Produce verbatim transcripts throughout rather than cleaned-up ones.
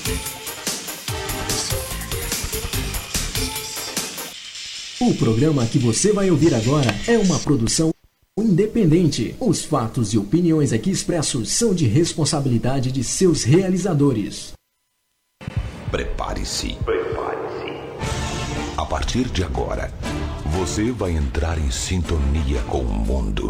O programa que você vai ouvir agora é uma produção independente. Os fatos e opiniões aqui expressos são de responsabilidade de seus realizadores. Prepare-se. Prepare-se. A partir de agora, você vai entrar em sintonia com o mundo.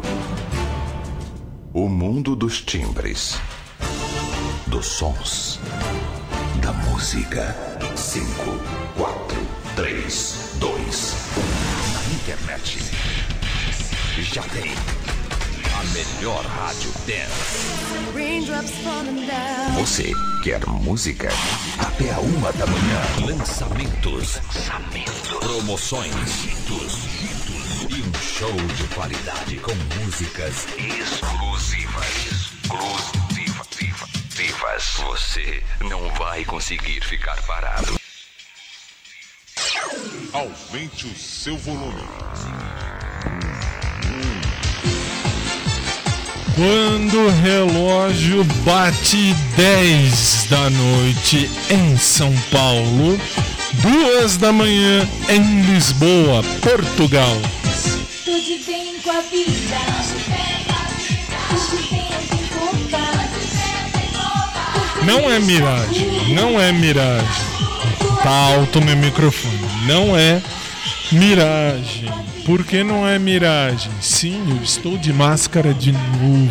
O mundo dos timbres, dos sons, da música. Cinco, quatro, três, dois, um. Na internet já tem a melhor rádio dance. Você quer música? Até a uma da manhã. Lançamentos, Lançamentos. Promoções e um show de qualidade com músicas exclusivas. Exclusivas. Você não vai conseguir ficar parado. Aumente o seu volume. Quando o relógio bate dez da noite em São Paulo, duas da manhã em Lisboa, Portugal. Tudo bem com a vida, tudo bem com Não é miragem, não é miragem. Tá alto meu microfone. Não é miragem. Por que não é miragem? Sim, eu estou de máscara de novo.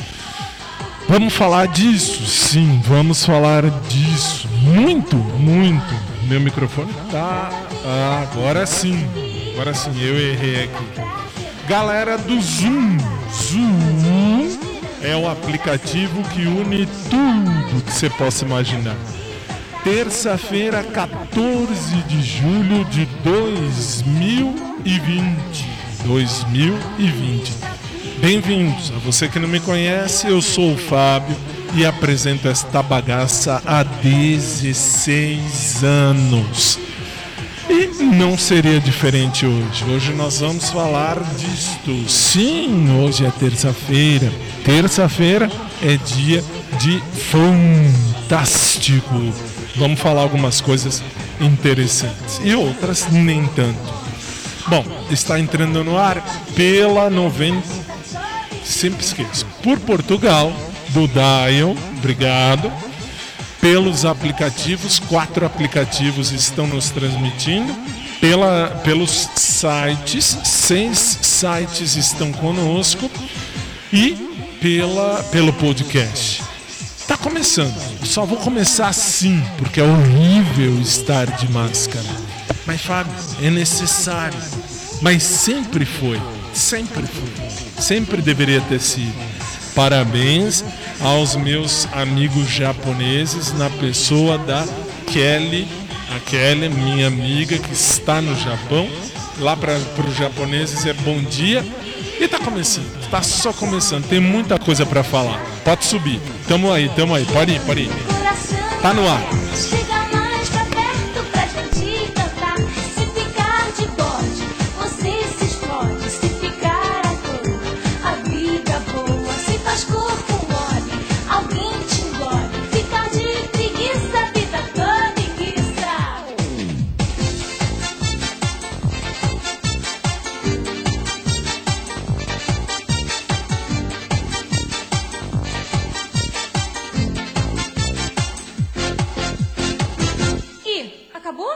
Vamos falar disso? Sim, vamos falar disso. Muito, muito. Meu microfone tá. Ah, agora sim. Agora sim, eu errei aqui. Galera do Zoom. Zoom é o aplicativo que une tudo que você possa imaginar. Terça-feira, quatorze de julho de dois mil e vinte. dois mil e vinte. Bem-vindos. A você que não me conhece, eu sou o Fábio e apresento esta bagaça há dezesseis anos. E não seria diferente hoje. Hoje nós vamos falar disto. Sim, hoje é terça-feira. Terça-feira é dia de fantástico. Vamos falar algumas coisas interessantes e outras nem tanto. Bom, está entrando no ar pela noventa, sempre esqueço, por Portugal, do Dial, obrigado. Pelos aplicativos, quatro aplicativos estão nos transmitindo. Pela, pelos sites, seis sites estão conosco. E pela, pelo podcast. Tá começando, só vou começar assim, porque é horrível estar de máscara. Mas Fábio, é necessário. Mas sempre foi, sempre foi, sempre deveria ter sido. Parabéns aos meus amigos japoneses, na pessoa da Kelly, a Kelly, minha amiga que está no Japão. Lá para os japoneses é bom dia. E tá começando, tá só começando, tem muita coisa pra falar. Pode subir, tamo aí, tamo aí, pode ir, pode ir. Tá no ar. Chega mais pra perto pra gente cantar. Se ficar de bode, você se explode. Se ficar à toa, a vida boa. Se faz corpo mole, alguém te engole. Ficar de preguiça, a vida toda enguiça. Acabou?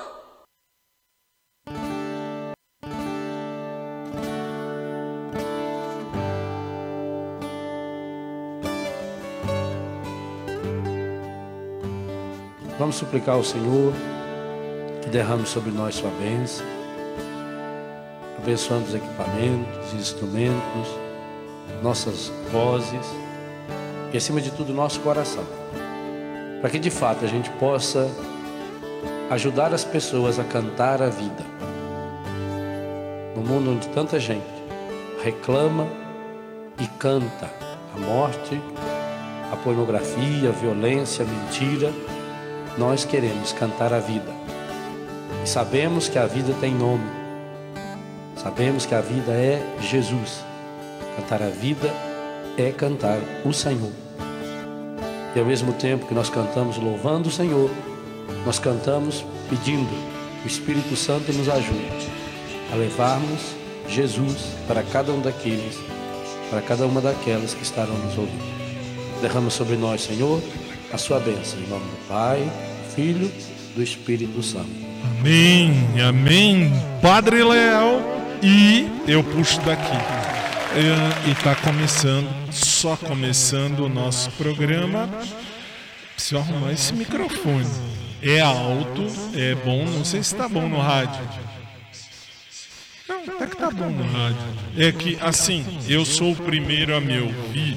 Vamos suplicar ao Senhor que derrame sobre nós sua bênção, abençoando os equipamentos, instrumentos, nossas vozes e, acima de tudo, nosso coração, para que de fato a gente possa ajudar as pessoas a cantar a vida. No mundo onde tanta gente reclama e canta a morte, a pornografia, a violência, a mentira, nós queremos cantar a vida. E sabemos que a vida tem nome. Sabemos que a vida é Jesus. Cantar a vida é cantar o Senhor. E ao mesmo tempo que nós cantamos louvando o Senhor, nós cantamos pedindo que o Espírito Santo nos ajude a levarmos Jesus para cada um daqueles, para cada uma daquelas que estarão nos ouvindo. Derrama sobre nós, Senhor, a sua bênção, em nome do Pai, do Filho, do Espírito Santo. Amém, amém. Padre Léo, e eu puxo daqui. É, e está começando, só começando o nosso programa. Preciso arrumar esse microfone. É alto, é bom, não sei se está bom no rádio. Não, até que tá bom no rádio. É que, assim, eu sou o primeiro a me ouvir.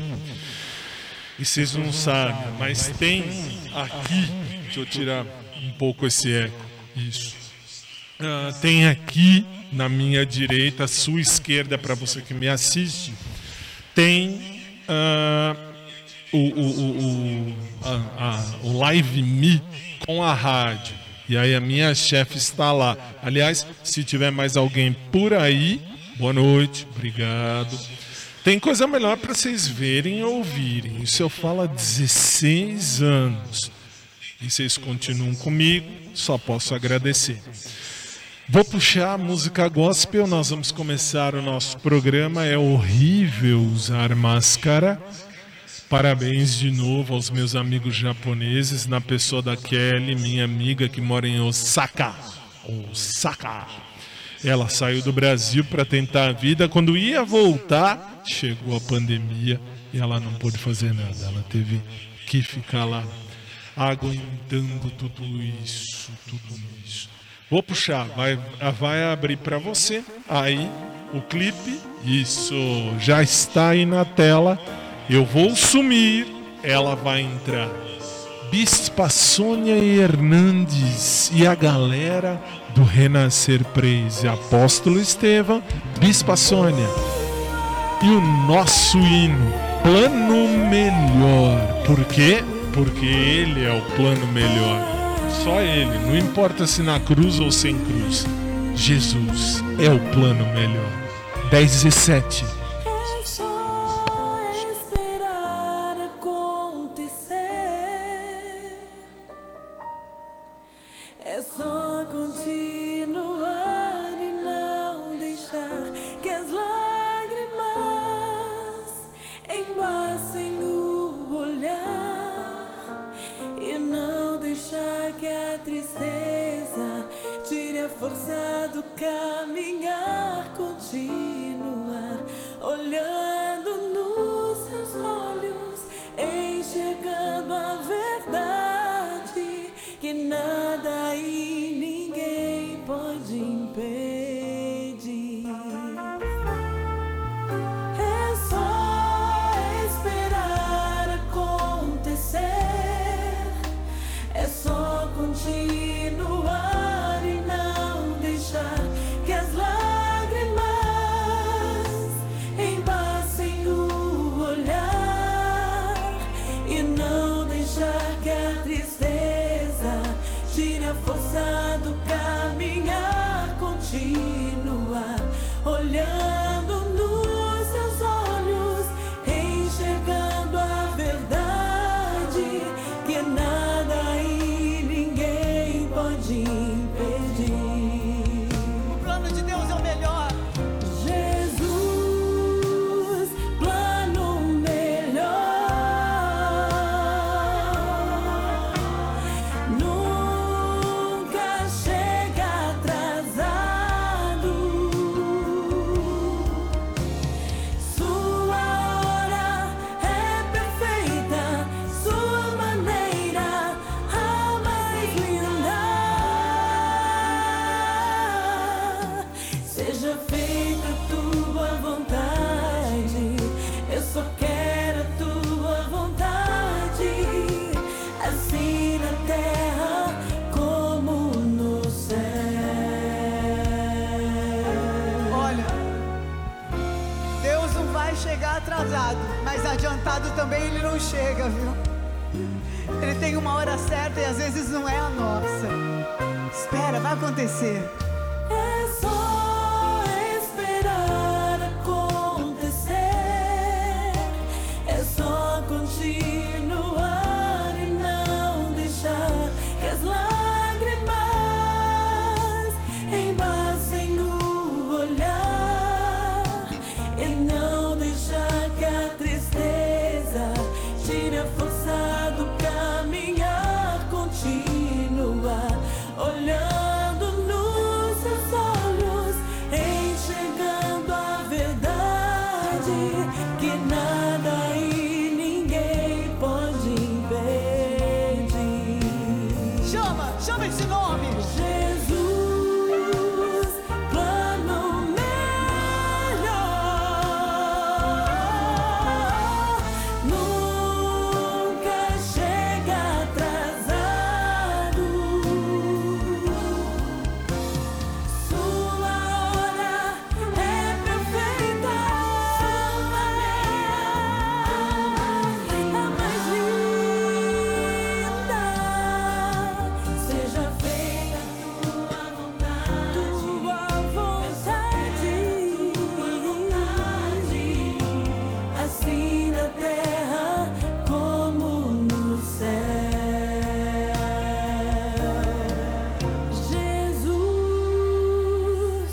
E vocês não sabem, mas tem aqui. Deixa eu tirar um pouco esse eco. Isso. Uh, tem aqui na minha direita, sua esquerda, para você que me assiste, tem uh, o, o, o, o, a, a, o Live Me com a rádio. E aí a minha chefe está lá. Aliás, se tiver mais alguém por aí, boa noite, obrigado. Tem coisa melhor para vocês verem e ouvirem. Isso eu falo há dezesseis anos. E vocês continuam comigo, só posso agradecer. Vou puxar a música gospel, nós vamos começar o nosso programa. É horrível usar máscara. Parabéns de novo aos meus amigos japoneses, na pessoa da Kelly, minha amiga que mora em Osaka. Osaka. Ela saiu do Brasil para tentar a vida. Quando ia voltar, chegou a pandemia e ela não pôde fazer nada. Ela teve que ficar lá aguentando tudo isso, tudo isso. Vou puxar, vai, vai abrir para você aí o clipe. Isso já está aí na tela. Eu vou sumir, ela vai entrar. Bispa Sônia Hernandes e a galera do Renascer Praise. Apóstolo Estevão, Bispa Sônia. E o nosso hino, Plano Melhor. Por quê? Porque ele é o plano melhor. Só ele, não importa se na cruz ou sem cruz. Jesus é o plano melhor. dez e sete. Força do caminhar, continuar olhando nos seus olhos, enxergando a verdade que nada e ninguém pode impedir. É só esperar acontecer, é só continuar que as lágrimas embaçem o olhar e não deixar que a tristeza tire a força do caminhar, continuar olhando nos seus olhos, enxergando a verdade que nada e ninguém pode impedir. Mas adiantado também ele não chega, viu? Ele tem uma hora certa e às vezes não é a nossa. Espera, vai acontecer. É só esperar acontecer, é só continuar e não deixar que as lágrimas Chama esse nome. Jesus, plano melhor, nunca chega atrasado. Sua hora é perfeita, sua é a mais linda. Seja feita tua vontade, tua vontade, assim na terra como no céu. Jesus,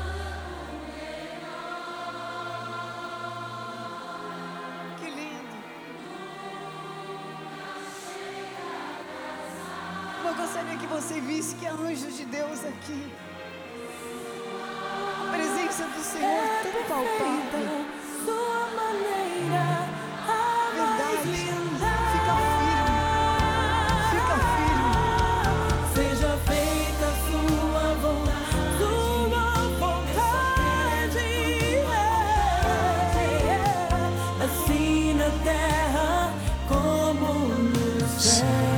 Que lindo. Eu gostaria que você visse que há anjos de Deus aqui. A presença do Senhor tão palpável. sua maneira a mais Verdade. linda. Fica firme. Fica firme. Seja feita a sua vontade, sua vontade, assim na terra como no céu.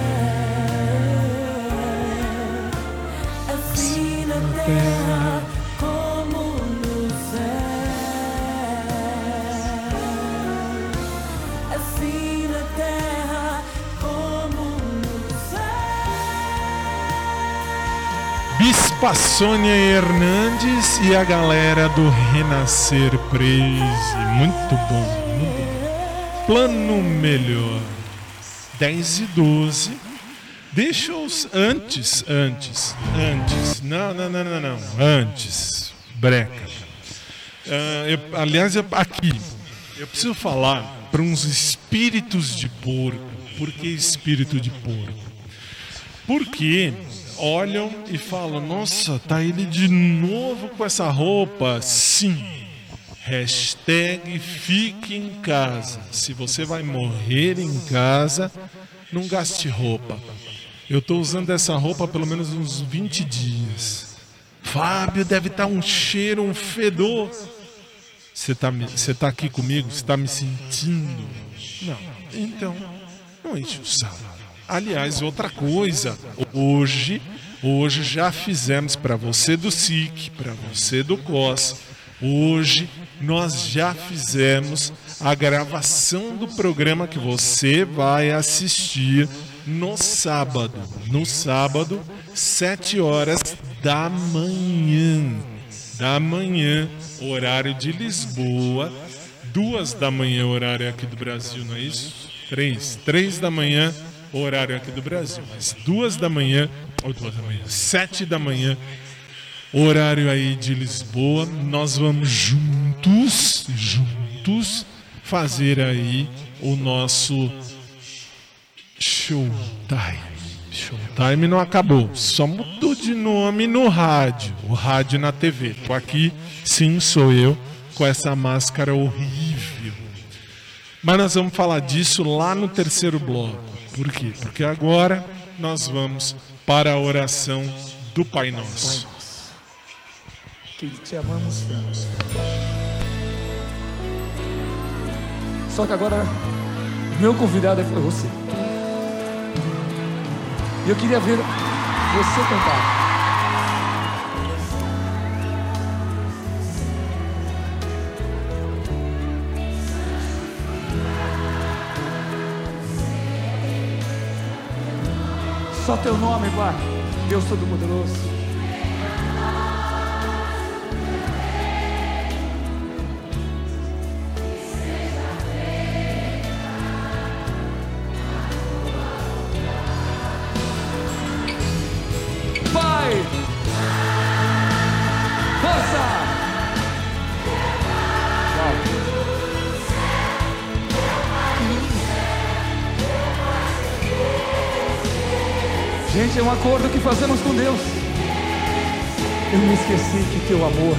Assim na terra como no céu. Assim na terra como no céu. Bispa Sônia Hernandes e a galera do Renascer Praise. Muito bom, muito bom. Plano melhor. dez e doze. Deixa os antes, antes, antes. Não, não, não, não, não. Antes. Breca. Ah, eu- aliás, eu- aqui, eu preciso falar para uns espíritos de porco. Por que espírito de porco? Porque olham e falam: nossa, tá ele de novo com essa roupa? Sim. Hashtag fique em casa. Se você vai morrer em casa, não gaste roupa. Eu tô usando essa roupa há pelo menos uns vinte dias. Fábio, deve estar um cheiro, um fedor. Você tá, me- você tá aqui comigo? Você tá me sentindo? Não. Então, não enche o saco. Aliás, outra coisa. Hoje, hoje já fizemos para você do S I C, para você do C O S. Hoje nós já fizemos a gravação do programa que você vai assistir no sábado. No sábado, sete horas da manhã. Da manhã, horário de Lisboa. Duas da manhã, horário aqui do Brasil, não é isso? Três. Três da manhã, horário aqui do Brasil. Mas duas da manhã, ou duas da manhã, sete da manhã, horário aí de Lisboa. Nós vamos juntos, juntos, fazer aí o nosso Showtime. Showtime não acabou, só mudou de nome no rádio. O rádio na T V. Tô aqui, sim, sou eu, com essa máscara horrível. Mas nós vamos falar disso lá no terceiro bloco. Por quê? Porque agora nós vamos para a oração do Pai Nosso. Que te amamos tanto. Só que agora, meu convidado é você. E eu queria ver você cantar. Só teu nome, Pai, Deus Todo-Poderoso. Pai, força! Gente, é um acordo que fazemos com Deus. Eu me esqueci que teu amor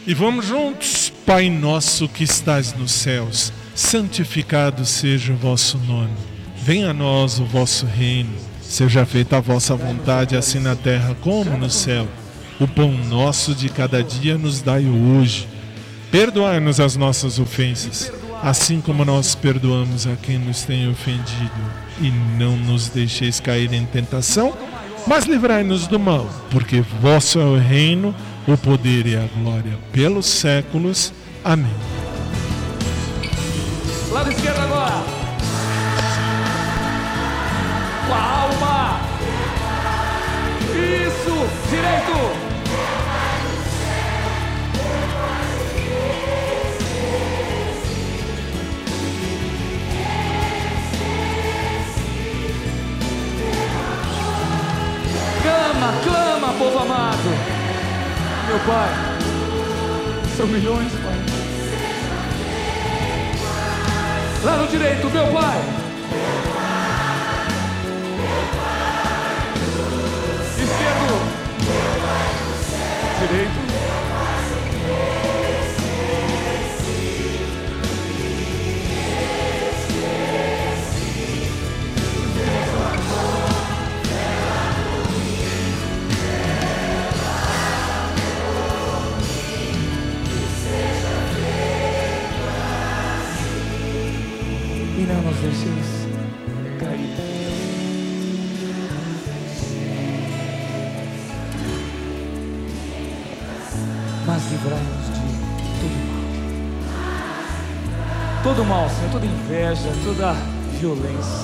E vamos juntos. Pai nosso que estás nos céus, santificado seja o vosso nome. Venha a nós o vosso reino. Seja feita a vossa vontade, assim na terra como no céu. O pão nosso de cada dia nos dai hoje. Perdoai-nos as nossas ofensas, assim como nós perdoamos a quem nos tem ofendido. E não nos deixeis cair em tentação, mas livrai-nos do mal, porque vosso é o reino, o poder e a glória pelos séculos. Amém. Lado esquerdo agora. Com a alma. Isso. Direito. Clama, clama, povo amado. Meu Pai, são milhões, Pai. Lá no direito, meu Pai. Esquerdo. Direito. E não nos deixeis cair. Mas livrai-nos de todo mal. Todo mal, Senhor, toda inveja, toda violência.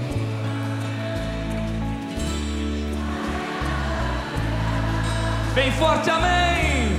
Bem forte, amém!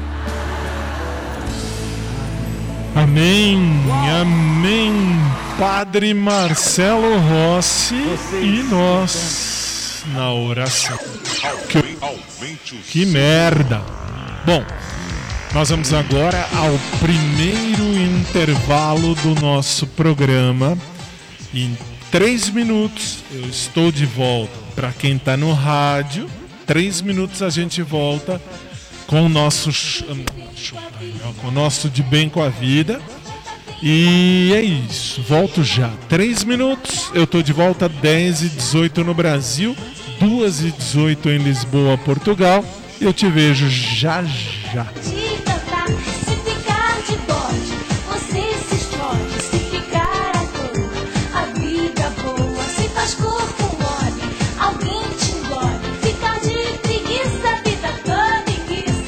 Amém, amém. Padre Marcelo Rossi e nós na oração. Que, que merda. Bom, nós vamos agora ao primeiro intervalo do nosso programa. Em três minutos eu estou de volta. Para quem está no rádio, três minutos a gente volta com o nosso, com o nosso De Bem com a Vida. E é isso, volto já. Três minutos, eu tô de volta, dez e dezoito no Brasil, duas e dezoito em Lisboa, Portugal. Eu te vejo já já. De cantar, se ficar de bode, você se explode. Se ficar à toa, a vida boa. Se faz corpo mole, alguém te engole. Ficar de preguiça, a vida toda enguiça.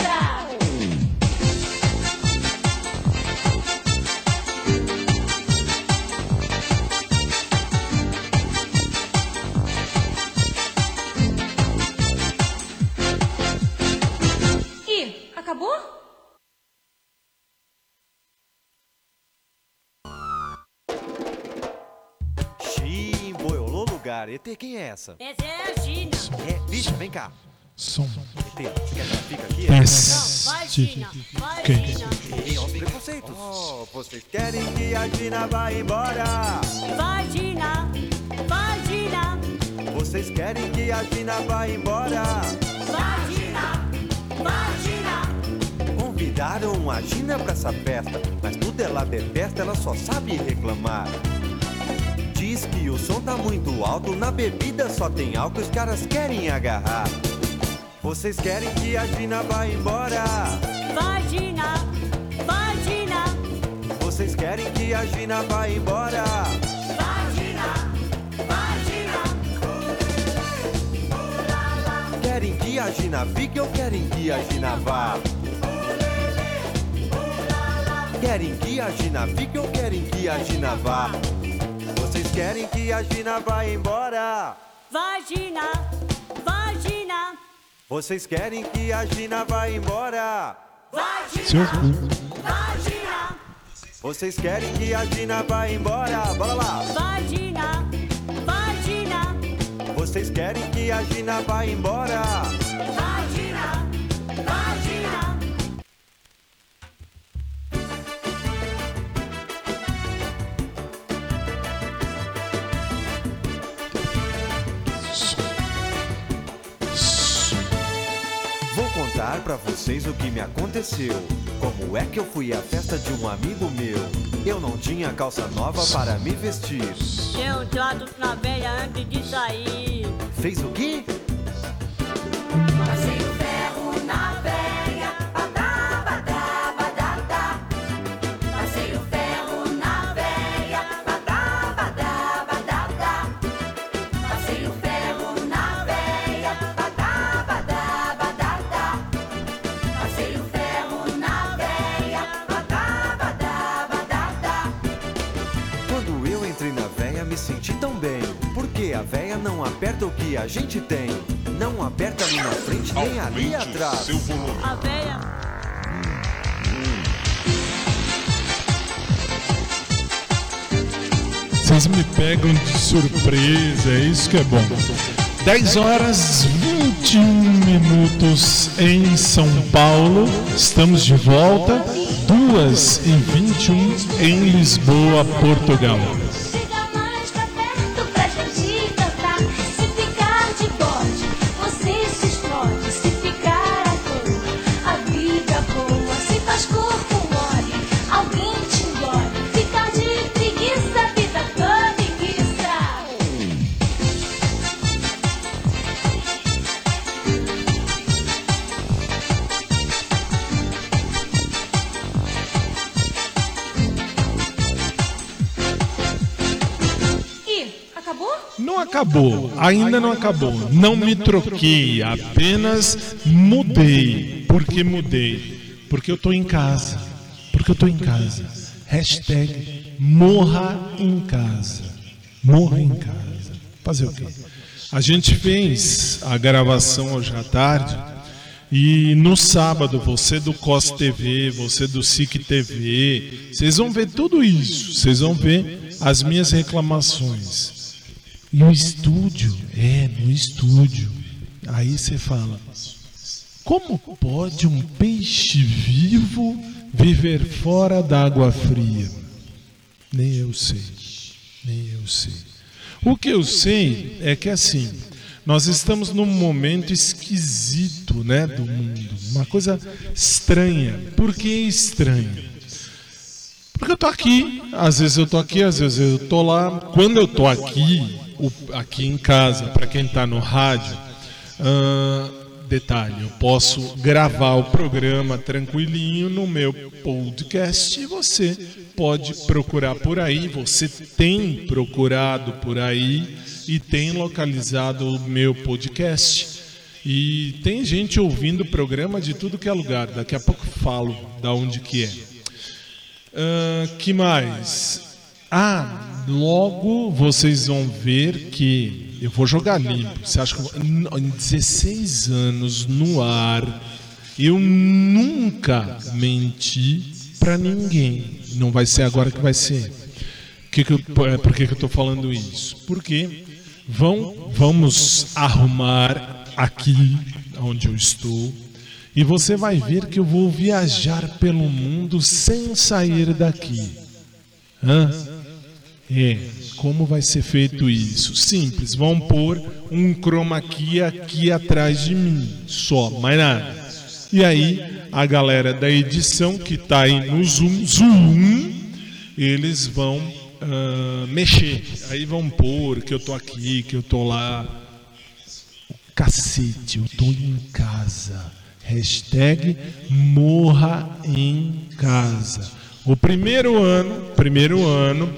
Ih, acabou? Xiii, boiolô lugar. E T, quem é essa? Essa é a Gina. É, bicho, vem cá. Som. E T, você quer que ela fica aqui? Teste. Quem? E aos preconceitos. Oh, vocês querem que a Gina vá embora? Vai, Gina. Vai, Gina. Vocês querem que a Gina vá embora? Vai, Gina. Vai, Gina. Convidaram a Gina pra essa festa, mas tudo ela detesta, ela só sabe reclamar. Diz que o som tá muito alto, na bebida só tem álcool, os caras querem agarrar. Vocês querem que a Gina vá embora? Vai, Gina. Vai, Gina. Vocês querem que a Gina vá embora? Vai, Gina. Vai, Gina. Querem que a Gina fique ou querem que a Gina vá? Querem que a Gina fique ou querem que a Gina vá? Vocês querem que a Gina vá embora? Vai, Gina. Vai, Gina. Vocês querem que a Gina vá embora? Vai, Seu Gina. cu. Vai, Gina. Vocês querem que a Gina vá embora? Bora lá! Vai, Gina. Vai, Gina. Vocês querem que a Gina vá embora? Vai, Gina. Vai, Gina. Vou contar contar pra vocês o que me aconteceu. Como é que eu fui à festa de um amigo meu? Eu não tinha calça nova para me vestir. Deu um trato na velha antes de sair. Fez o quê? Passei o ferro na veia, badá, badá, badá. Passei o ferro na veia, badá, badá, badá. Passei o ferro na veia, badá, badá, badá. Passei o ferro na veia, badá, badá, badá. Quando eu entrei na veia me senti tão bem. Porque a veia não aperta o que a gente tem. Não aperta ali na frente nem ali atrás. Seu volume. A veia. Vocês me pegam de surpresa, é isso que é bom. dez horas e vinte e um minutos em São Paulo. Estamos de volta. duas e vinte e um em Lisboa, Portugal. Chega mais pra perto pra gente cantar. Se ficar de bode, você se explode. Se ficar à toa, a vida boa. Se faz corpo mole, alguém te engole. Ficar de preguiça, a vida toda enguiça. Ih, acabou? Não acabou, ainda não acabou. Não me troquei, apenas mudei. Por que mudei? Porque eu tô em casa. Porque eu tô em casa. Hashtag morra em casa. Morra em casa. Fazer o quê? A gente fez a gravação hoje à tarde. E no sábado, você do C O S T V, você do S I C T V, vocês vão ver tudo isso. Vocês vão ver as minhas reclamações. E no estúdio, é, no estúdio. Aí você fala, como pode um peixe vivo viver fora d'água fria? Nem eu sei, nem eu sei. O que eu sei é que assim, nós estamos num momento esquisito, né, do mundo. Uma coisa estranha. Por que estranha? Porque eu tô aqui, às vezes eu tô aqui, às vezes eu tô lá. Quando eu tô aqui, aqui em casa, para quem tá no rádio, uh, detalhe, eu posso gravar o programa tranquilinho no meu podcast e você pode procurar por aí, você tem procurado por aí e tem localizado o meu podcast. E tem gente ouvindo o programa de tudo que é lugar, daqui a pouco falo da onde que é. Uh, que mais? Ah, logo vocês vão ver que eu vou jogar limpo. Você acha que eu vou... em dezesseis anos no ar eu nunca menti pra ninguém. Não vai ser agora que vai ser. Que que eu, por que, que eu tô falando isso? Porque vão, vamos arrumar aqui onde eu estou. E você vai ver que eu vou viajar pelo mundo sem sair daqui. Hã? É, como vai ser feito isso? Simples, vão pôr um chroma key aqui atrás de mim, só, mais nada. E aí, a galera da edição que tá aí no Zoom, Zoom, eles vão uh, mexer. Aí vão pôr que eu tô aqui, que eu tô lá. Cacete, eu tô em casa. Hashtag morra em casa. O primeiro ano, primeiro ano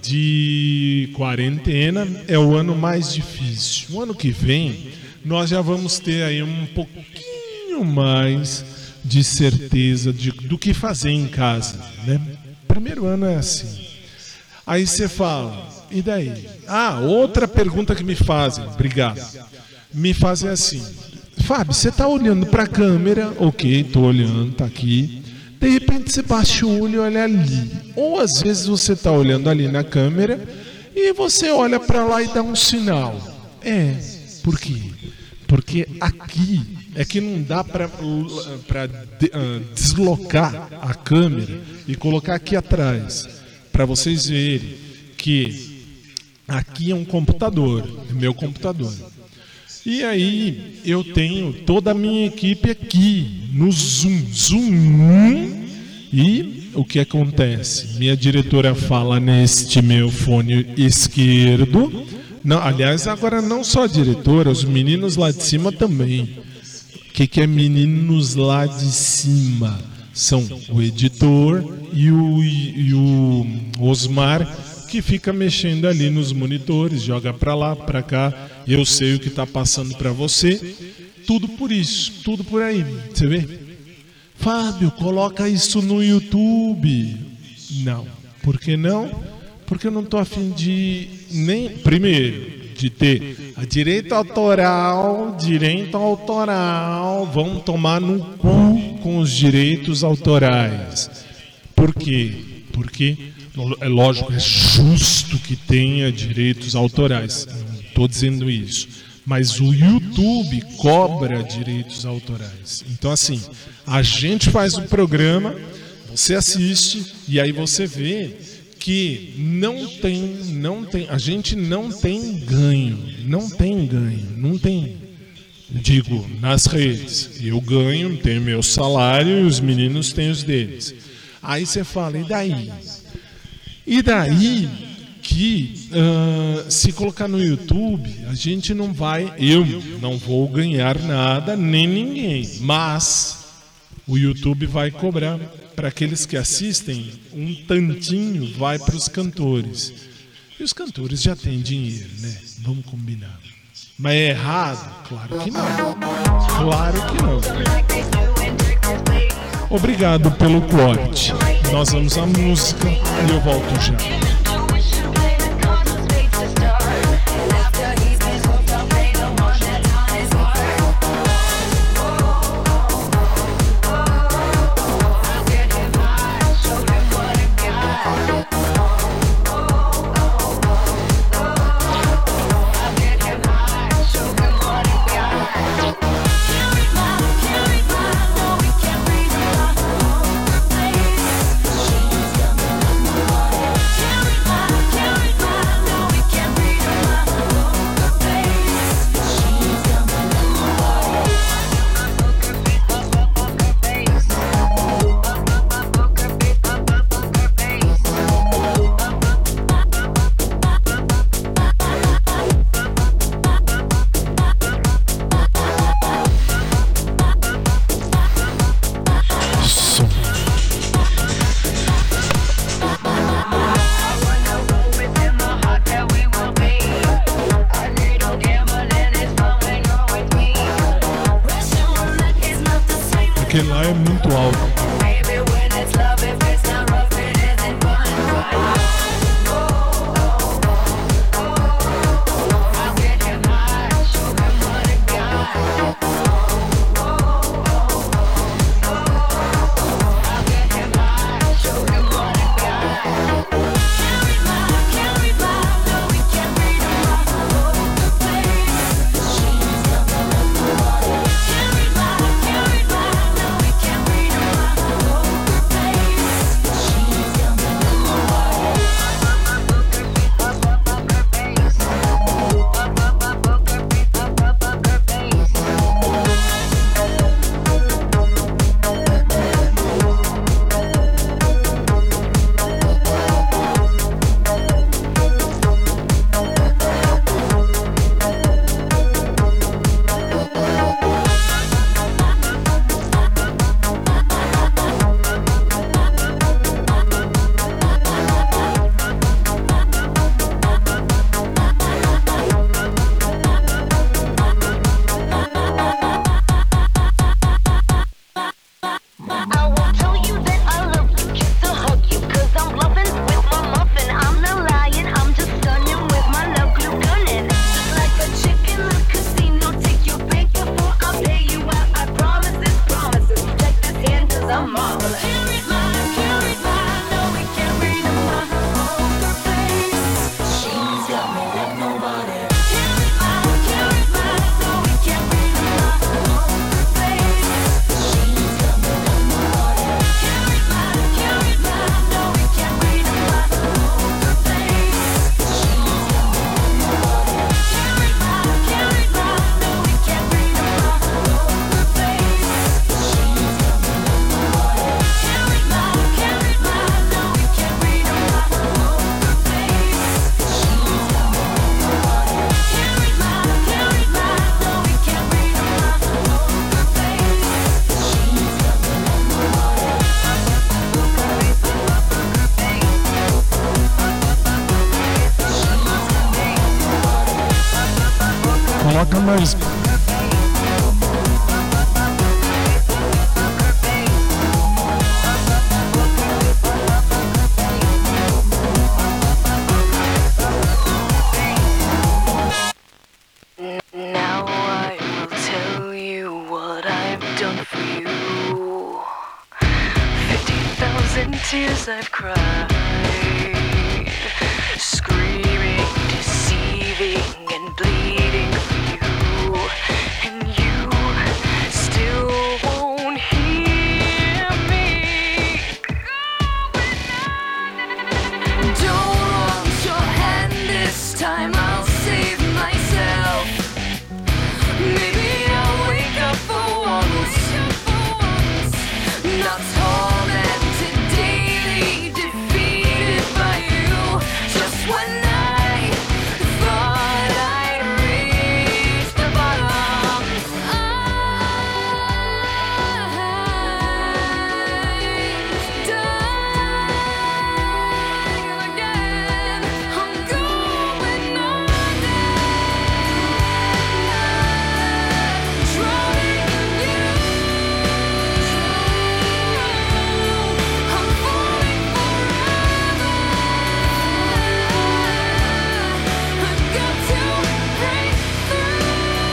de quarentena é o ano mais difícil. O ano que vem nós já vamos ter aí um pouquinho mais de certeza de, do que fazer em casa, né? Primeiro ano é assim. Aí você fala, e daí? Ah, outra pergunta que me fazem, obrigado. Me fazem assim, Fábio, você está olhando para a câmera, ok, estou olhando, está aqui. De repente você baixa o olho e olha ali. Ou às vezes você está olhando ali na câmera e você olha para lá e dá um sinal. É, por quê? Porque aqui é que não dá para deslocar a câmera e colocar aqui atrás. Para vocês verem que aqui é um computador, é meu computador. E aí eu tenho toda a minha equipe aqui no Zoom, Zoom, e o que acontece? Minha diretora fala neste meu fone esquerdo. Não, aliás, agora não só a diretora, os meninos lá de cima também. O que, que é meninos lá de cima? São o editor e o, e o Osmar, que fica mexendo ali nos monitores, joga para lá, para cá. Eu sei o que está passando para você. Tudo por isso, tudo por aí. Você vê? Fábio, coloca isso no YouTube. Não. Por que não? Porque eu não estou a fim de nem, primeiro, de ter a direito autoral, direito autoral, vão tomar no cu com os direitos autorais. Por quê? Porque é lógico, é justo que tenha direitos autorais. Não estou dizendo isso. Mas o YouTube cobra direitos autorais. Então, assim, a gente faz o programa, você assiste e aí você vê que não tem, não tem, a gente não tem ganho, não tem ganho, não tem. Digo, nas redes, eu ganho, tenho meu salário e os meninos têm os deles. Aí você fala, e daí? E daí que uh, se colocar no YouTube, a gente não vai, eu não vou ganhar nada, nem ninguém, mas o YouTube vai cobrar para aqueles que assistem, um tantinho vai para os cantores. E os cantores já têm dinheiro, né? Vamos combinar. Mas é errado? Claro que não. Claro que não. Obrigado pelo corte. Nós vamos à música e eu volto já. Porque lá é muito alto. mais. Now I will tell you what I've done for you. Fifty thousand tears I've cried, screaming, deceiving, and bleeding for you, and you still won't hear me. Don't want your hand this time, I'll save myself. Maybe I'll wake up for once, not tormented daily, defeated by you. Just when I thought I'd reached the bottom, I'm dying again. I'm going under, drowning in you. I'm falling forever. I've got to break through.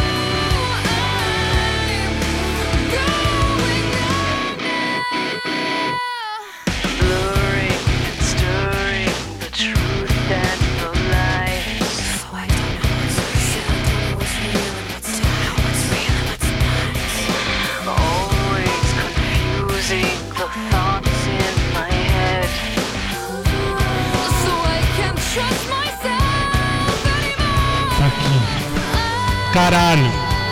I'm going under. Blurring and stirring the truth and the lies. So I don't know what's real, what's real, and what's real, what's not. Always confusing the thoughts in my head. So I can't trust myself anymore. Tá aqui. Caralho.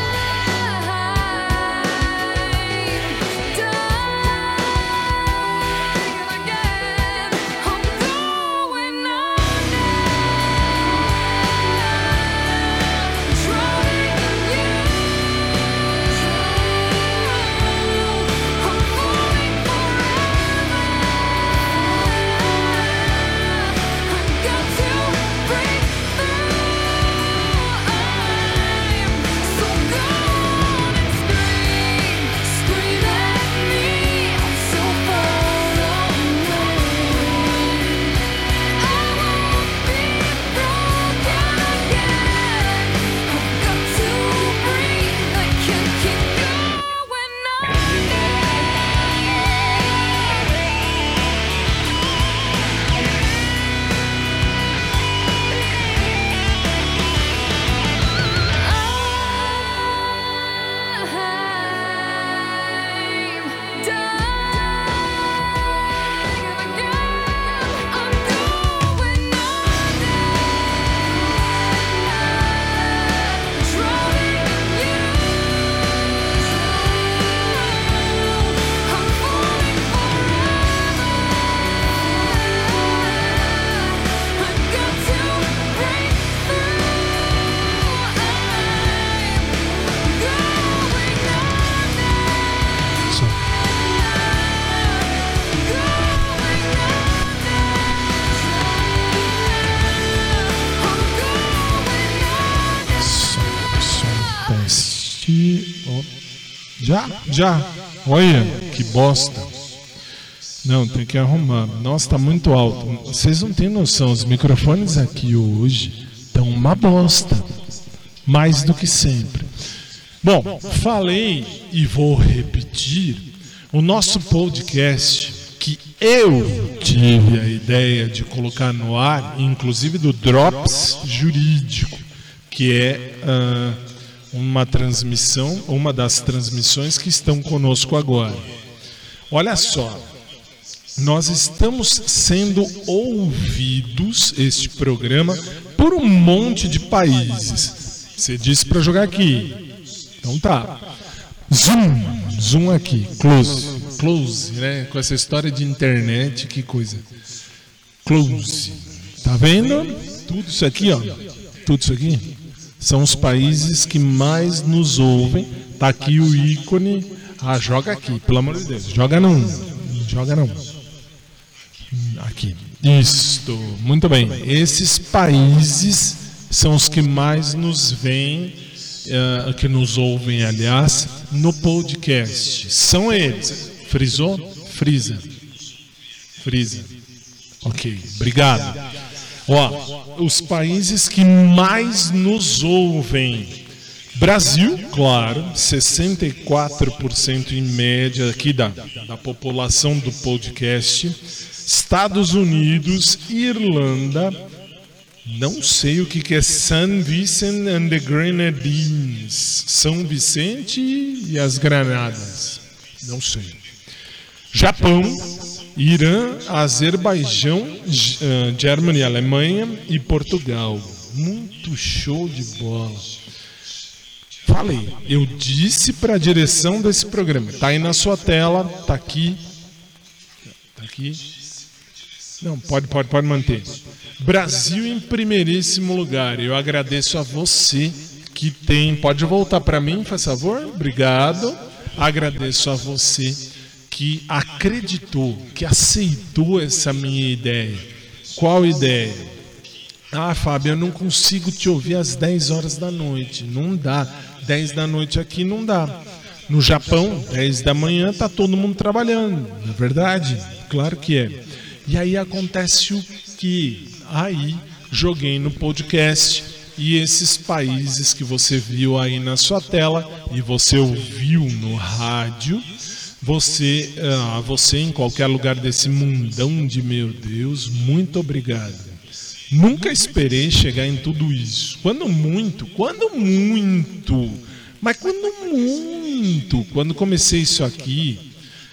Teste. Ó. Já? Já. Olha, que bosta. Não, tem que arrumar. Nossa, tá muito alto. Vocês não têm noção, os microfones aqui hoje estão uma bosta. Mais do que sempre. Bom, falei e vou repetir. O nosso podcast, que eu tive a ideia de colocar no ar, inclusive do Drops Jurídico, que é uh, uma transmissão, uma das transmissões que estão conosco agora. Olha só, nós estamos sendo ouvidos, este programa, por um monte de países. Você disse para jogar aqui. Então tá. Zoom, zoom aqui, close, close, né? Com essa história de internet, que coisa. Close. Tá vendo? Tudo isso aqui, ó. Tudo isso aqui são os países que mais nos ouvem. Tá aqui o ícone. Ah, joga aqui, pelo amor de Deus. Joga não. Joga não. Aqui. Isto. Muito bem. Esses países são os que mais nos veem uh, que nos ouvem, aliás, no podcast. São eles. Frisou? Frisa. Frisa. Ok, obrigado. Ó, os países que mais nos ouvem: Brasil, claro, sessenta e quatro por cento em média aqui da, da população do podcast. Estados Unidos, Irlanda, não sei o que, que é Saint Vincent and the Grenadines, São Vicente e as Granadas, não sei. Japão, Irã, Azerbaijão, Germany, Alemanha e Portugal. Muito show de bola. Falei, eu disse para a direção desse programa, tá aí na sua tela, tá aqui, tá aqui. Não, pode, pode, pode manter. Brasil em primeiríssimo lugar. Eu agradeço a você que tem. Pode voltar para mim, faz favor? Obrigado. Agradeço a você que acreditou, que aceitou essa minha ideia. Qual ideia? Ah, Fábio, eu não consigo te ouvir às dez horas da noite. Não dá. dez da noite aqui não dá. No Japão, dez da manhã, tá todo mundo trabalhando. Não é verdade? Claro que é. E aí acontece o que? Aí joguei no podcast e esses países que você viu aí na sua tela e você ouviu no rádio, você, ah, você em qualquer lugar desse mundão de meu Deus, muito obrigado. Nunca esperei chegar em tudo isso. Quando muito, quando muito, mas quando muito, quando comecei isso aqui,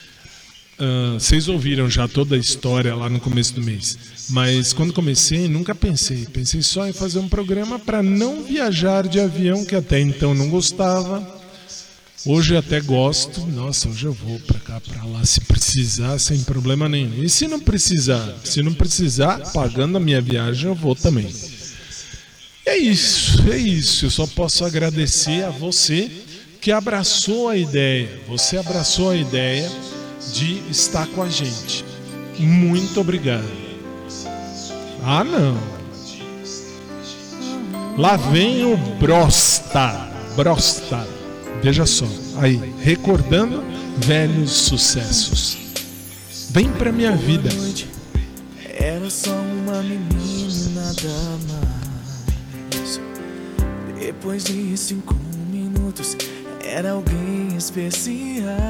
Uh, vocês ouviram já toda a história lá no começo do mês, mas quando comecei nunca pensei, pensei só em fazer um programa para não viajar de avião, que até então não gostava. Hoje até gosto, nossa, hoje eu vou para cá, para lá, se precisar, sem problema nenhum. E se não precisar, se não precisar, pagando a minha viagem eu vou também. É isso, é isso, eu só posso agradecer a você que abraçou a ideia, você abraçou a ideia de estar com a gente. Muito obrigado. Ah, não. Lá vem o Brosta. Brosta. Veja só. Aí, recordando velhos sucessos. Vem pra minha vida. Era só uma menina, nada mais. Depois de cinco minutos, era alguém especial.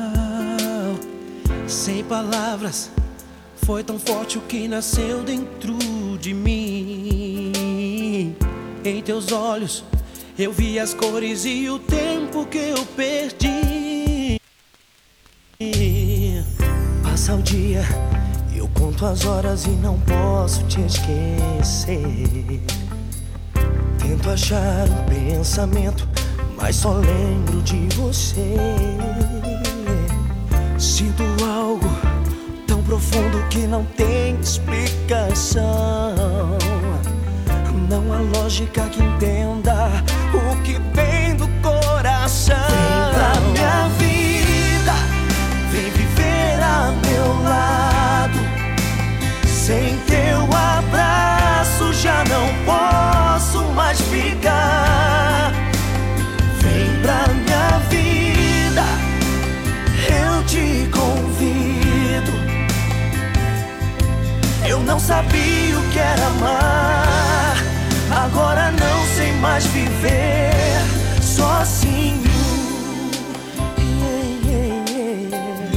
Sem palavras, foi tão forte o que nasceu dentro de mim. Em teus olhos, eu vi as cores e o tempo que eu perdi. Passa o dia, eu conto as horas e não posso te esquecer. Tento achar um pensamento, mas só lembro de você. Sinto algo tão profundo que não tem explicação. Não há lógica que entenda o que vem do coração. Vem pra minha vida, vem viver a meu lado. Sem teu abraço já não posso mais ficar. Vem pra minha vida, eu te convido. Eu não sabia o que era amar, agora não sei mais viver sozinho. Yeah, yeah, yeah.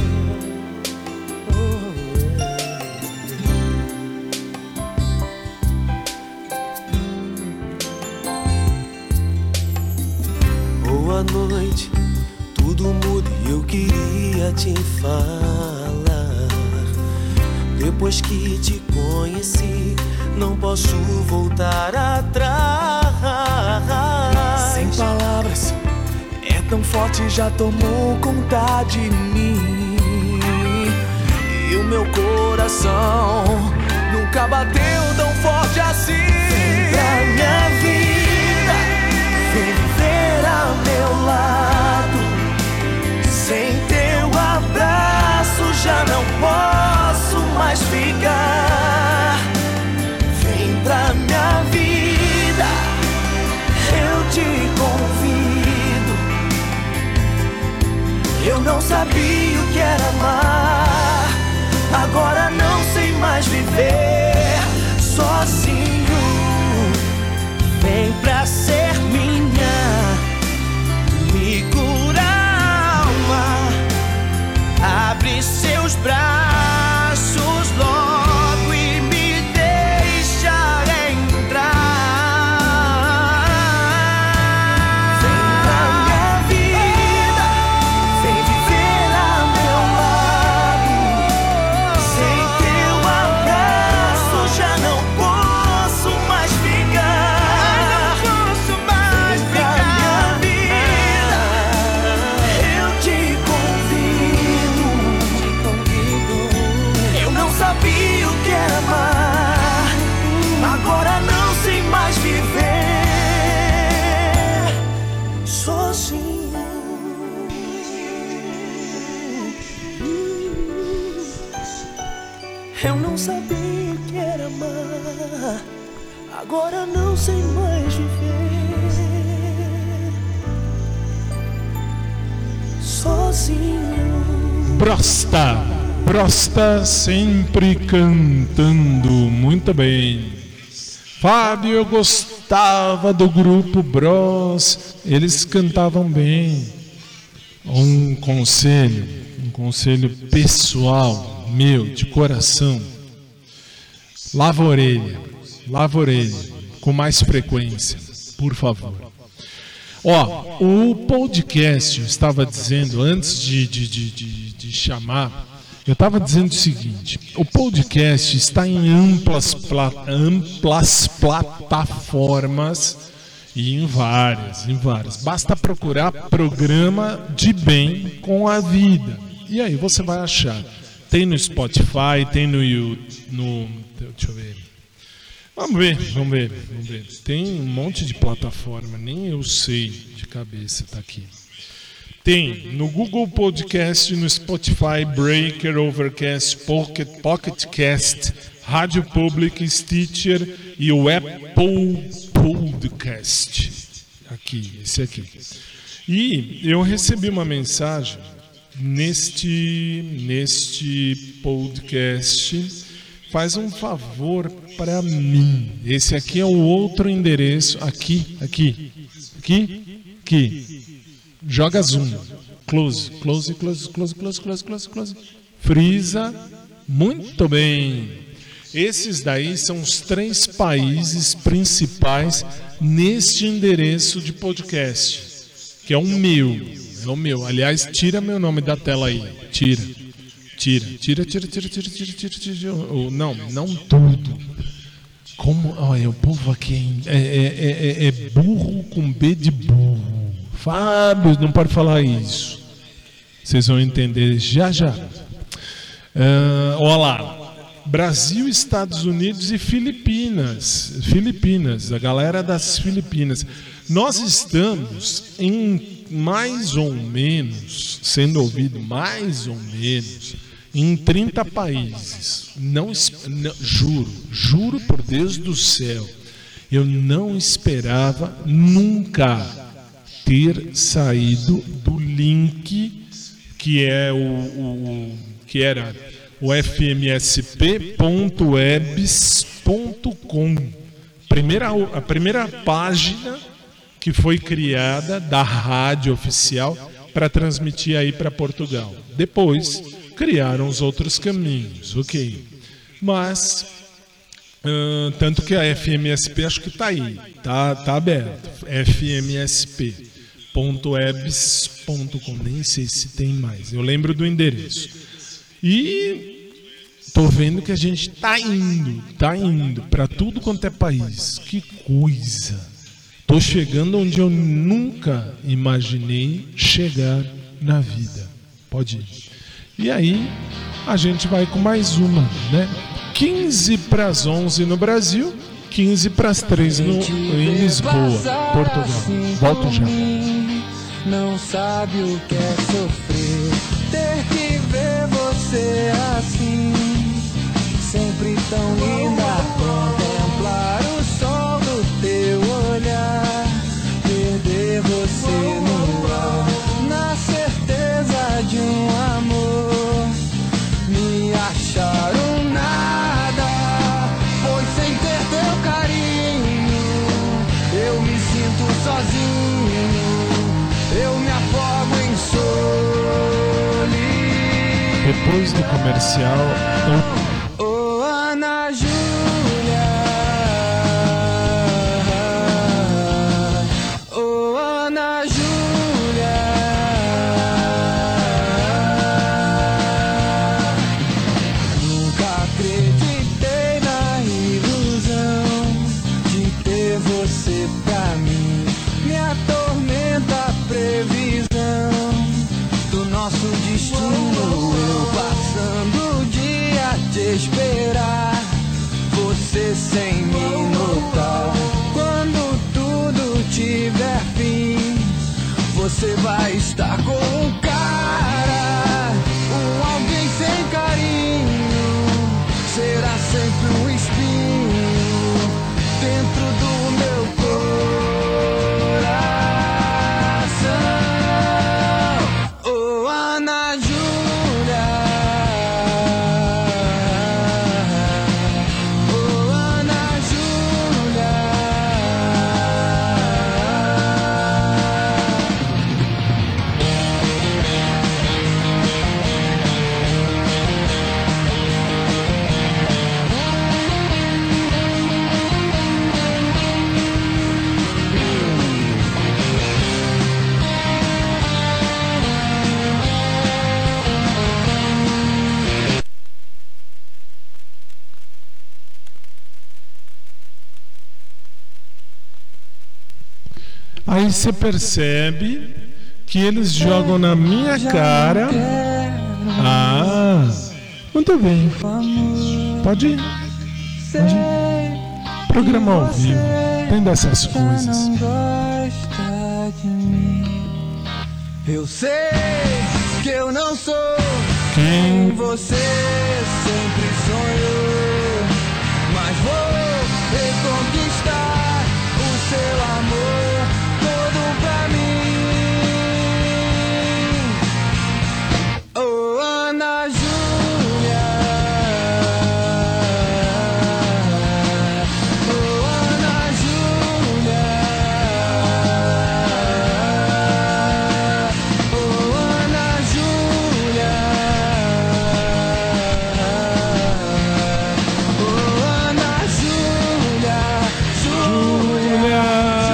Oh. Boa noite, tudo muda e eu queria te falar. Depois que te conheci, não posso voltar atrás. Sem palavras, é tão forte, já tomou conta de mim. E o meu coração nunca bateu tão forte assim. Vem pra minha vida, vem viver ao meu lado. Sem teu abraço já não posso mais ficar. Vem pra minha vida, eu te convido. sabia o que era amar, agora não sei mais viver sozinho. Vem pra ser minha, me cura a alma, abre seus braços logo e me deixa entrar. Vem pra minha vida, vem viver ao meu lado. Sem teu abraço já não posso mais ficar. Não posso mais ficar. Minha vida, eu te convido. Eu não sabia o que era amar, agora não sei mais viver sozinho. Eu não sabia o que era amar, agora não sei mais viver sozinho. Brosta, Brosta sempre cantando muito bem. Fábio, eu gostava do grupo Bros, eles cantavam bem. Um conselho, um conselho pessoal, meu, de coração. Lava a orelha, lava a orelha, com mais frequência, por favor. Ó, o podcast, eu estava dizendo, antes de, de, de, de, de chamar, eu estava dizendo o seguinte: o podcast está em amplas, pla, amplas plataformas e em várias, em várias. Basta procurar programa de bem com a vida. E aí você vai achar. Tem no Spotify, tem no YouTube, no, deixa eu ver. Vamos ver, vamos ver, vamos ver. Tem um monte de plataforma, nem eu sei de cabeça, tá aqui. Tem no Google Podcast, no Spotify, Breaker, Overcast, Pocket, Pocket Cast, Rádio Public, Stitcher e o Apple Podcast. Aqui, esse aqui. E eu recebi uma mensagem neste, neste podcast. Faz um favor para mim. Esse aqui é o outro endereço. Aqui, aqui, aqui, aqui. Joga zoom. Close, close, close, close, close, close, close, close. Frisa. Muito bem. Esses daí são os três países principais neste endereço de podcast, que é o meu. É o meu. Aliás, tira meu nome da tela aí. Tira. Tira, tira, tira, tira, tira, tira, tira, tira. Não, não tudo. Como, olha, o povo aqui é, é, é, é burro com B de burro. Fábio, não pode falar isso. Vocês vão entender já já. Uh, olha lá. Brasil, Estados Unidos e Filipinas. Filipinas, a galera das Filipinas. Nós estamos em mais ou menos, sendo ouvido mais ou menos, em trinta países. Não, não, juro, juro por Deus do céu, eu não esperava nunca ter saído do link que é o, o que era o f m s p ponto webs ponto com. Primeira, a primeira página que foi criada da rádio oficial para transmitir aí para Portugal. Depois criaram os outros caminhos, ok. Mas uh, tanto que a F M S P acho que está aí, tá, tá aberto. f m s p ponto webs ponto com, nem sei se tem mais. Eu lembro do endereço. E tô vendo que a gente tá indo, tá indo para tudo quanto é país. Que coisa! Tô chegando onde eu nunca imaginei chegar na vida. Pode ir. E aí, a gente vai com mais uma, né? quinze para as onze no Brasil, quinze para as três no, em Lisboa, Portugal. Volto já. Não sabe o que é sofrer, ter que ver você assim, sempre tão linda, contemplar o sol do teu olhar, perder você no ar, na certeza de um depois do comercial. Eu... Ô Ana Júlia, ô Ana Júlia, nunca acreditei na ilusão de ter você pra mim. Me atormenta a previsão do nosso destino. Eu passando o dia a te esperar, você sem me notar. Quando tudo tiver fim, você vai estar com um cara, um alguém sem carinho. Será sempre um espinho dentro do meu coração. Ô Ana Júlia, ô Ana Júlia. Aí você percebe que eles jogam na minha cara. Ah, muito bem. Pode ir. Pode ir. Programa ao vivo. Tem dessas coisas. Eu sei que eu não sou Quem você sempre sonhou, mas vou reconquistar o seu amor todo pra mim. Oh Ana Júlia, oh Ana Júlia, oh Ana Júlia, oh Ana Júlia, Júlia.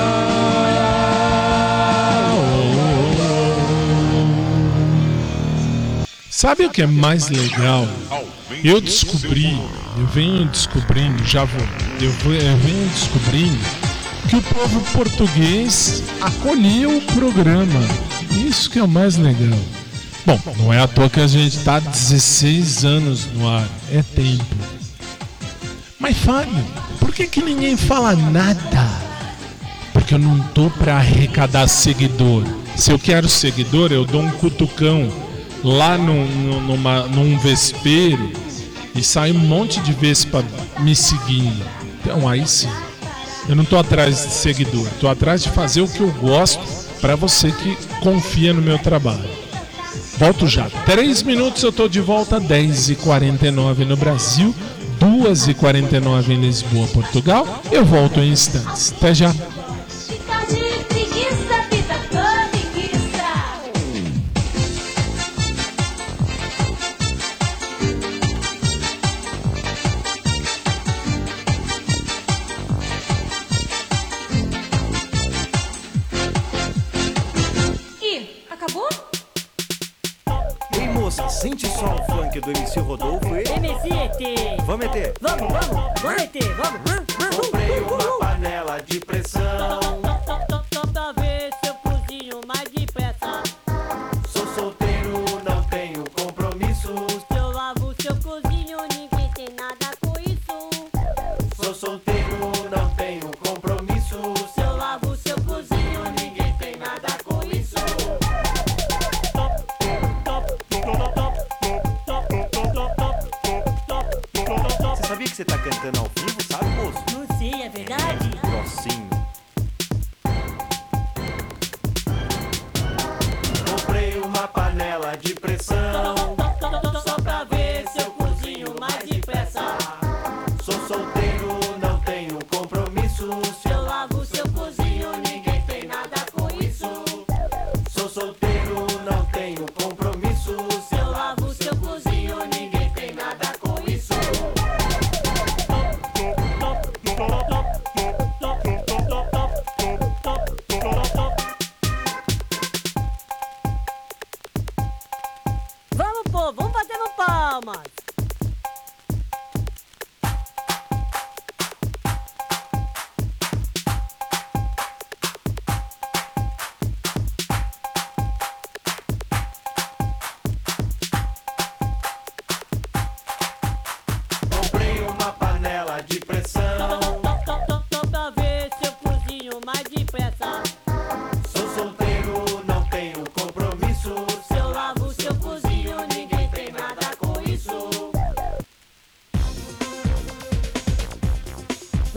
Sabe o que é mais legal? Eu descobri, eu venho descobrindo, já vou, eu, vou, eu venho descobrindo que o povo português acolheu o programa. Isso que é o mais legal. Bom, não é à toa que a gente está há dezesseis anos no ar, é tempo. Mas Fábio, por que que ninguém fala nada? Porque eu não tô para arrecadar seguidor. Se eu quero seguidor, eu dou um cutucão lá no, no, numa, num vespeiro e sai um monte de vespa me seguindo. Então aí sim, eu não tô atrás de seguidor, tô atrás de fazer o que eu gosto para você que confia no meu trabalho. Volto já, três minutos eu tô de volta, dez e quarenta e nove no Brasil, duas e quarenta e nove em Lisboa, Portugal. Eu volto em instantes, até já. Ficar de preguiça, vida toda preguiça. Ih, acabou? Ei moça, sente só o funk do M C Rodolfo e... M C E T. Vamos meter? Vamos, vamos, vamos meter, vamos. Comprei uma panela de pressão. Só pra ver se eu cozinho mais depressa. Sou solteiro, não tenho compromisso. Se eu lavo, se eu cozinho, ninguém tem nada com isso. Sou solteiro, não tenho compromisso. Se eu lavo, se eu cozinho, ninguém tem nada com isso. Você sabia que você tá cantando ao vivo, sabe, moço? Não sei, é verdade? Grossinho. Comprei uma panela de pressão. Só pra ver se eu cozinho mais depressa. Sou solteiro, não tenho compromisso. Se eu lavo, se eu cozinho, ninguém tem nada com isso. Sou solteiro, não tenho compromisso. Se eu lavo, se eu cozinho.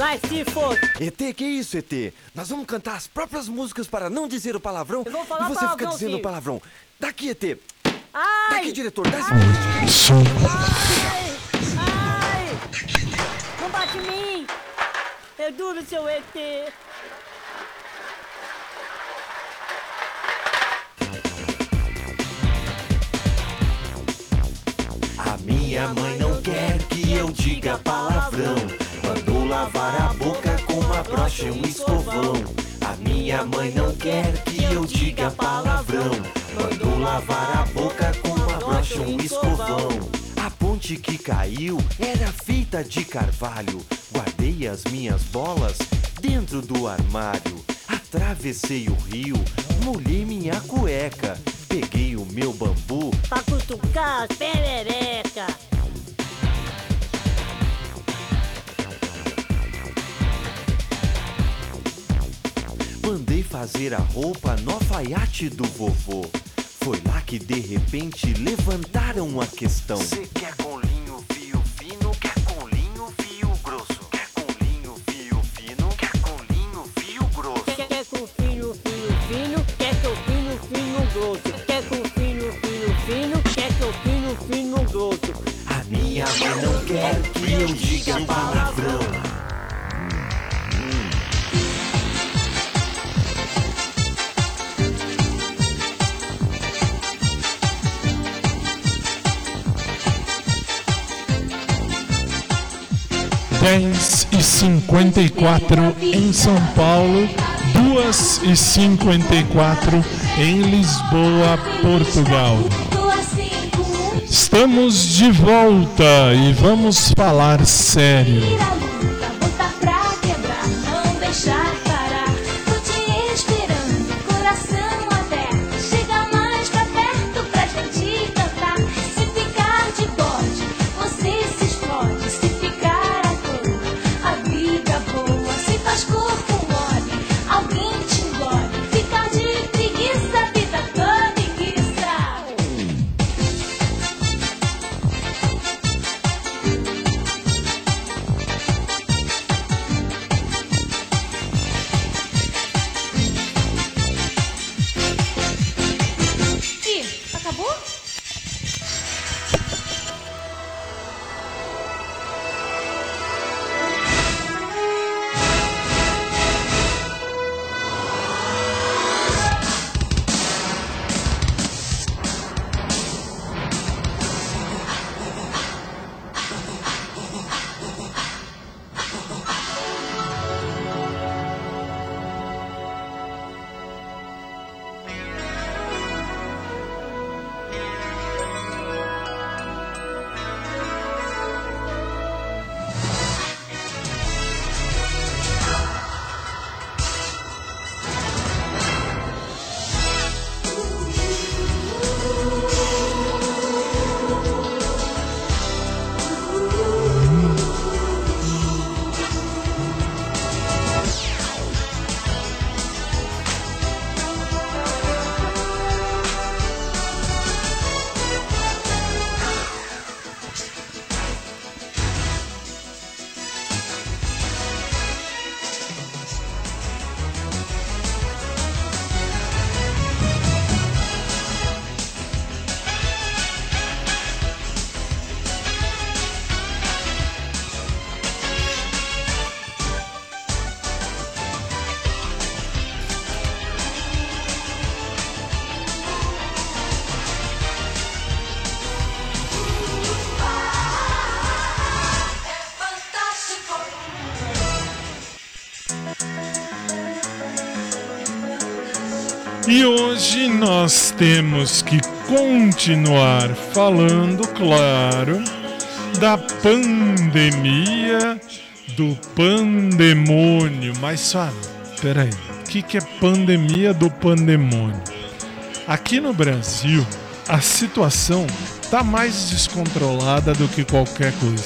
Vai se for. E T, que isso, E T? Nós vamos cantar as próprias músicas para não dizer o palavrão. Eu vou falar e você palavrão, fica dizendo sim. o palavrão. Daqui, E T. Ai! Daqui, diretor. Dá esse Ai! Ai! Não bate em mim! Eu duro, seu E T! A minha mãe não quer que eu diga palavrão. Mandou lavar a boca com uma brocha e um escovão. A minha mãe não quer que eu diga palavrão. Mandou lavar a boca com uma brocha e um escovão. A ponte que caiu era feita de carvalho. Guardei as minhas bolas dentro do armário. Atravessei o rio, molhei minha cueca. Peguei o meu bambu pra cutucar as perereca. Mandei fazer a roupa no alfaiate do vovô. Foi lá que de repente levantaram a questão. Cê quer com linho fio fino, quer com linho fio grosso. Quer com linho fio fino, quer com linho fio grosso. Quer, quer com fino, fino, fino, quer com fino, fino, grosso. Quer com fino, fino, fino, quer com fino, fino, grosso. A minha mãe não quer que eu diga palavrão. dez e cinquenta e quatro em São Paulo, duas e cinquenta e quatro em Lisboa, Portugal. Estamos de volta e vamos falar sério. Botar pra quebrar, não deixar parar. Tô te esperando, coração aberto. Chega mais pra perto pra gente cantar. Se ficar de bode, você se explode. Se ficar à toa, a vida boa. Se faz corpo mole, alguém te engole. Ficar de preguiça, a vida toda enguiça. Ih, acabou? E hoje nós temos que continuar falando, claro, da pandemia, do pandemônio. Mas sabe, peraí, o que, que é pandemia do pandemônio? Aqui no Brasil, a situação tá mais descontrolada do que qualquer coisa.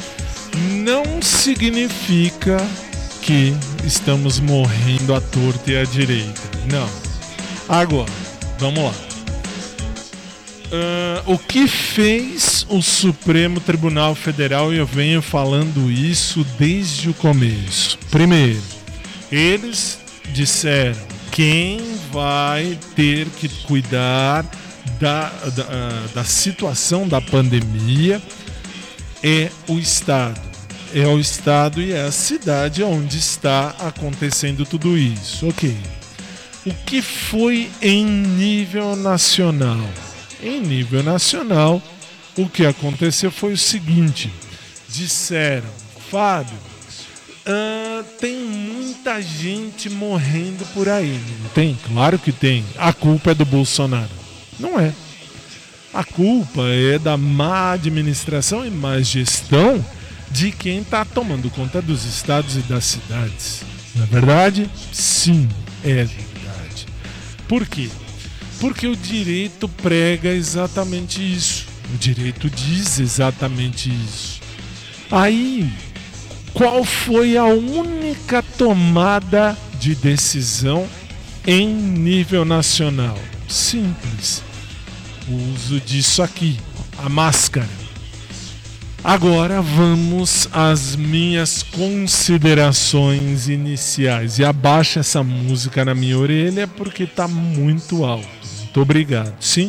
Não significa que estamos morrendo à torta e à direita. Não. Agora, vamos lá. uh, o que fez o Supremo Tribunal Federal, e eu venho falando isso desde o começo. Primeiro, eles disseram: quem vai ter que cuidar da, da, uh, da situação da pandemia é o Estado. É o Estado e é a cidade onde está acontecendo tudo isso. Ok. O que foi em nível nacional? Em nível nacional, o que aconteceu foi o seguinte: disseram, Fábio, uh, tem muita gente morrendo por aí. Não tem? Claro que tem. A culpa é do Bolsonaro. Não é. A culpa é da má administração e má gestão de quem está tomando conta dos estados e das cidades. Não é verdade? Sim, é verdade. Por quê? Porque o direito prega exatamente isso. O direito diz exatamente isso. Aí, qual foi a única tomada de decisão em nível nacional? Simples. O uso disso aqui, a máscara. Agora vamos às minhas considerações iniciais. E abaixa essa música na minha orelha porque está muito alto. Muito obrigado. Sim?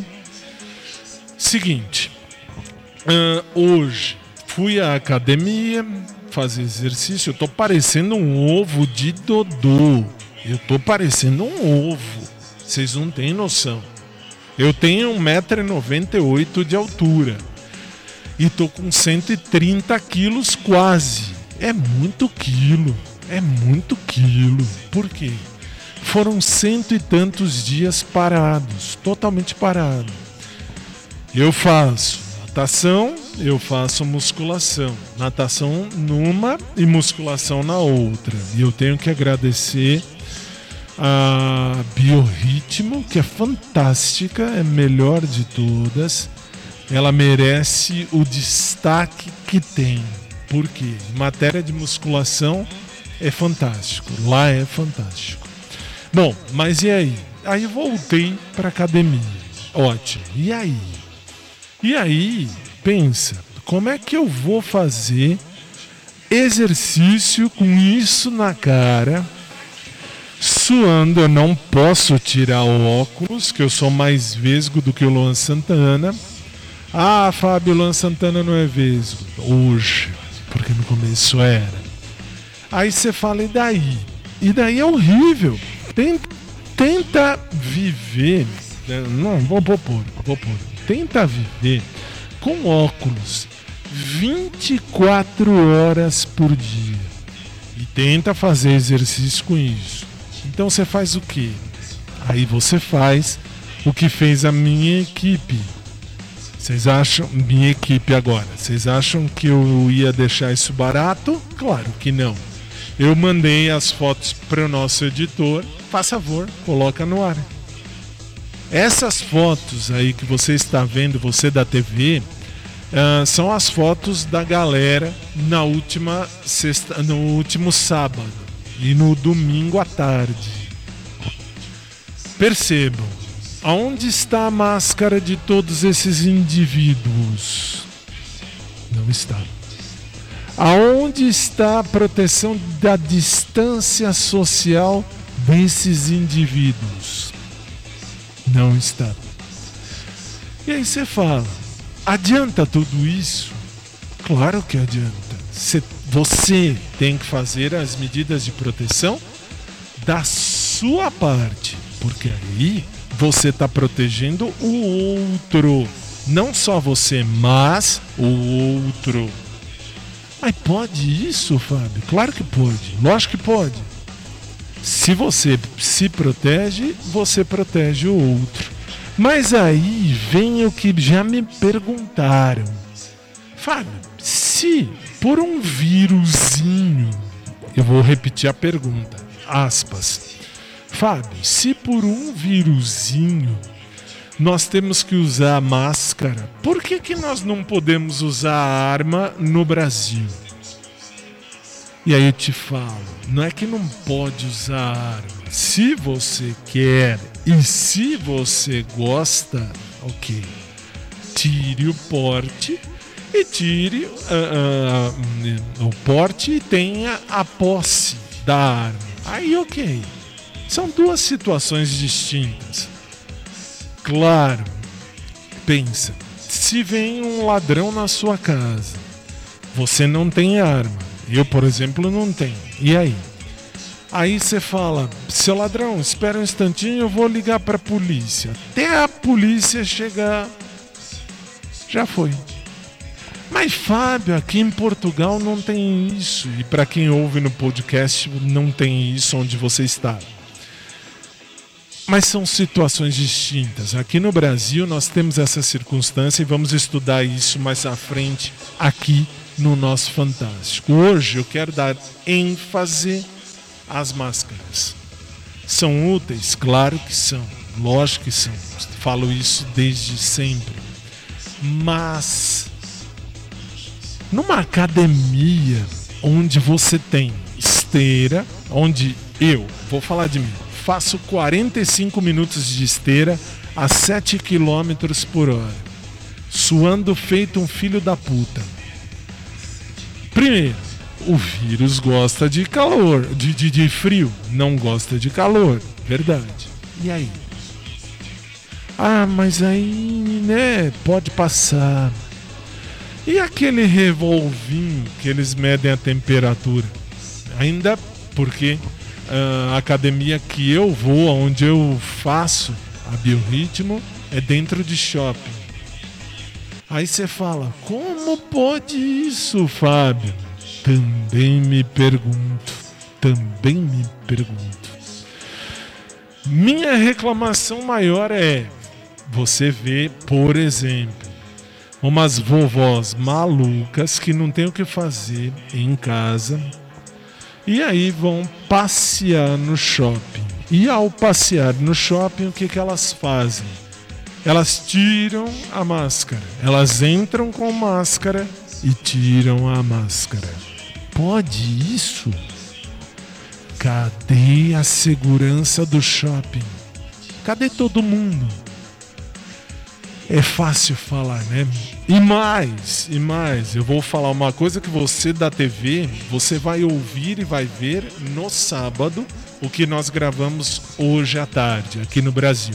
Seguinte. Uh, hoje fui à academia fazer exercício. Eu tô parecendo um ovo de Dodô. Eu tô parecendo um ovo. Vocês não têm noção. Eu tenho um metro e noventa e oito de altura. E tô com cento e trinta quilos quase. É muito quilo. É muito quilo. Por quê? Foram cento e tantos dias parados. Totalmente parado. Eu faço natação, eu faço musculação. Natação numa e musculação na outra. E eu tenho que agradecer a Biorritmo, que é fantástica, é a melhor de todas. Ela merece o destaque que tem. Por quê? Em matéria de musculação é fantástico. Lá é fantástico. Bom, mas e aí? Aí eu voltei para academia. Ótimo. E aí? E aí, pensa, como é que eu vou fazer exercício com isso na cara, suando? Eu não posso tirar o óculos, que eu sou mais vesgo do que o Luan Santana. Ah, Fábio, Luan Santana não é vesgo. Hoje, porque no começo era. Aí você fala, e daí? E daí é horrível. Tenta, tenta viver. Não, vou, vou pôr, vou pôr. Tenta viver com óculos vinte e quatro horas por dia. E tenta fazer exercício com isso. Então você faz o quê? Aí você faz o que fez a minha equipe. Vocês acham, minha equipe agora, vocês acham que eu ia deixar isso barato? Claro que não. Eu mandei as fotos para o nosso editor. Faz favor, coloca no ar. Essas fotos aí que você está vendo, você da T V, uh, são as fotos da galera na última sexta, no último sábado e no domingo à tarde. Percebam, aonde está a máscara de todos esses indivíduos? Não está. Aonde está a proteção da distância social desses indivíduos? Não está. E aí você fala, adianta tudo isso? Claro que adianta. Cê, você tem que fazer as medidas de proteção da sua parte, porque aí você está protegendo o outro. Não só você, mas o outro. Mas pode isso, Fábio? Claro que pode. Lógico que pode. Se você se protege, você protege o outro. Mas aí vem o que já me perguntaram. Fábio, se por um vírusinho, eu vou repetir a pergunta, aspas. Fábio, se por um vírusinho nós temos que usar máscara, por que que nós não podemos usar a arma no Brasil? E aí eu te falo, não é que não pode usar a arma. Se você quer e se você gosta, ok. tire o porte e tire uh, uh, o porte e tenha a posse da arma. Aí, ok. São duas situações distintas. Claro, pensa, se vem um ladrão na sua casa, você não tem arma. Eu, por exemplo, não tenho. E aí? Aí você fala, seu ladrão, espera um instantinho, eu vou ligar pra polícia. Até a polícia chegar, já foi. Mas, Fábio, aqui em Portugal não tem isso. E para quem ouve no podcast, não tem isso onde você está. Mas são situações distintas. Aqui no Brasil nós temos essa circunstância e vamos estudar isso mais à frente aqui no nosso Fantástico. Hoje eu quero dar ênfase às máscaras. São úteis? Claro que são. Lógico que são. Falo isso desde sempre. Mas numa academia onde você tem esteira, onde eu, vou falar de mim, faço quarenta e cinco minutos de esteira a sete quilômetros por hora, suando feito um filho da puta. Primeiro, o vírus gosta de calor, de, de, de frio, não gosta de calor, verdade. E aí? Ah, mas aí, né, pode passar. E aquele revolvinho que eles medem a temperatura? Ainda porque uh, a academia que eu vou, onde eu faço a biorritmo, é dentro de shopping. Aí você fala, como pode isso, Fábio? Também me pergunto, também me pergunto. Minha reclamação maior é, você vê, por exemplo, umas vovós malucas que não tem o que fazer em casa e aí vão passear no shopping. E ao passear no shopping, o que, que elas fazem? Elas tiram a máscara. Elas entram com máscara e tiram a máscara. Pode isso? Cadê a segurança do shopping? Cadê todo mundo? É fácil falar, né? E mais, e mais, eu vou falar uma coisa que você da T V, você vai ouvir e vai ver no sábado o que nós gravamos hoje à tarde, aqui no Brasil.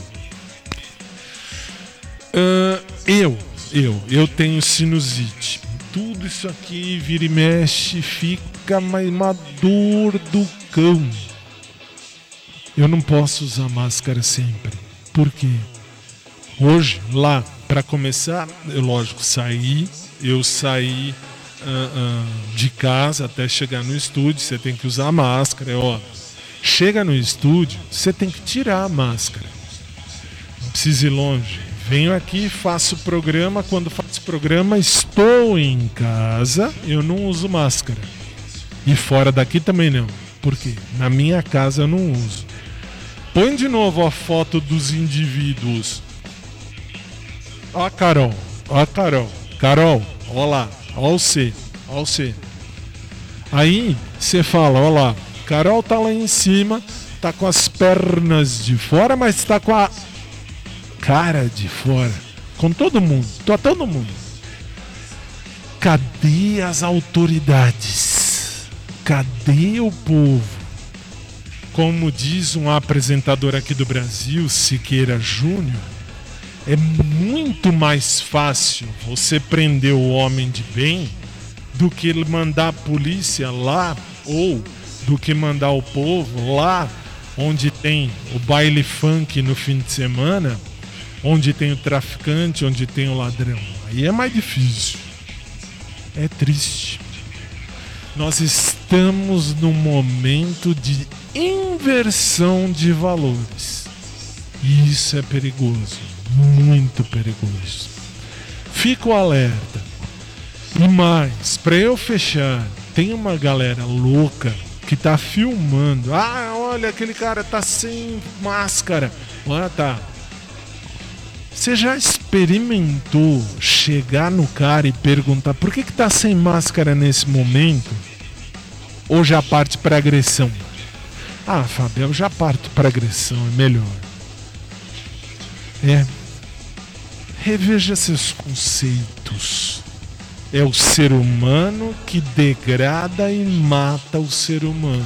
Uh, eu, eu, eu tenho sinusite. Tudo isso aqui vira e mexe, fica mais uma dor do cão. Eu não posso usar máscara sempre. Por quê? Hoje, lá, para começar, eu lógico, saí, eu saí uh, uh, de casa até chegar no estúdio, você tem que usar máscara, é óbvio. Chega no estúdio, você tem que tirar a máscara. Não precisa ir longe. Venho aqui, faço programa, quando faço programa, estou em casa, eu não uso máscara. E fora daqui também não. Por quê? Na minha casa eu não uso. Põe de novo a foto dos indivíduos. Ó a Carol, ó a Carol, Carol, ó lá, ó o C, ó o C. Aí você fala, ó lá, Carol tá lá em cima, tá com as pernas de fora, mas tá com a cara de fora. Com todo mundo, tá todo mundo. Cadê as autoridades? Cadê o povo? Como diz um apresentador aqui do Brasil, Siqueira Júnior, é muito mais fácil você prender o homem de bem do que mandar a polícia lá, ou do que mandar o povo lá onde tem o baile funk no fim de semana, onde tem o traficante, onde tem o ladrão. Aí é mais difícil. É triste. Nós estamos num momento de inversão de valores. E isso é perigoso. Muito perigoso. Fico alerta. E mais, para eu fechar, tem uma galera louca que tá filmando. Ah, olha, aquele cara tá sem máscara. Ah, tá. Você já experimentou chegar no cara e perguntar por que que tá sem máscara nesse momento? Ou já parte para agressão? Ah, Fábio, eu já parto para agressão, é melhor. É. reveja seus conceitos. É o ser humano que degrada e mata o ser humano.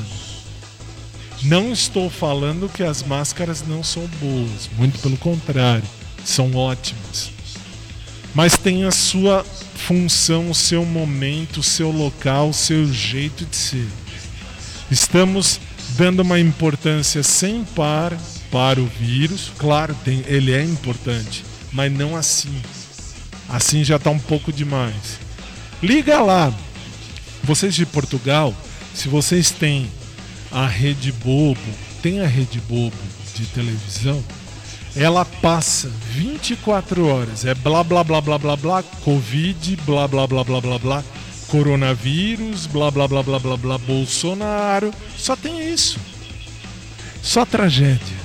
Não estou falando que as máscaras não são boas, muito pelo contrário, são ótimas. Mas tem a sua função, o seu momento, o seu local, o seu jeito de ser. Estamos dando uma importância sem par para o vírus. Claro, tem, ele é importante, mas não assim. Assim já está um pouco demais. Liga lá, vocês de Portugal, se vocês têm a Rede Bobo, tem a Rede Bobo de televisão, ela passa vinte e quatro horas, é blá blá blá blá blá blá, Covid, blá blá blá blá blá blá, coronavírus, blá blá blá blá blá blá, Bolsonaro, só tem isso, só tragédia.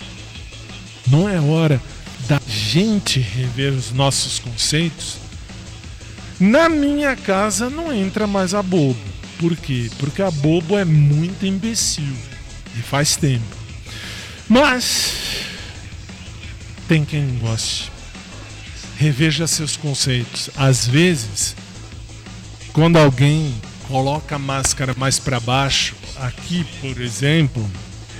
Não é hora da gente rever os nossos conceitos? Na minha casa não entra mais a Bobo. Por quê? Porque a Bobo é muito imbecil. E faz tempo. Mas tem quem goste. Reveja seus conceitos. Às vezes, quando alguém coloca a máscara mais para baixo, aqui, por exemplo,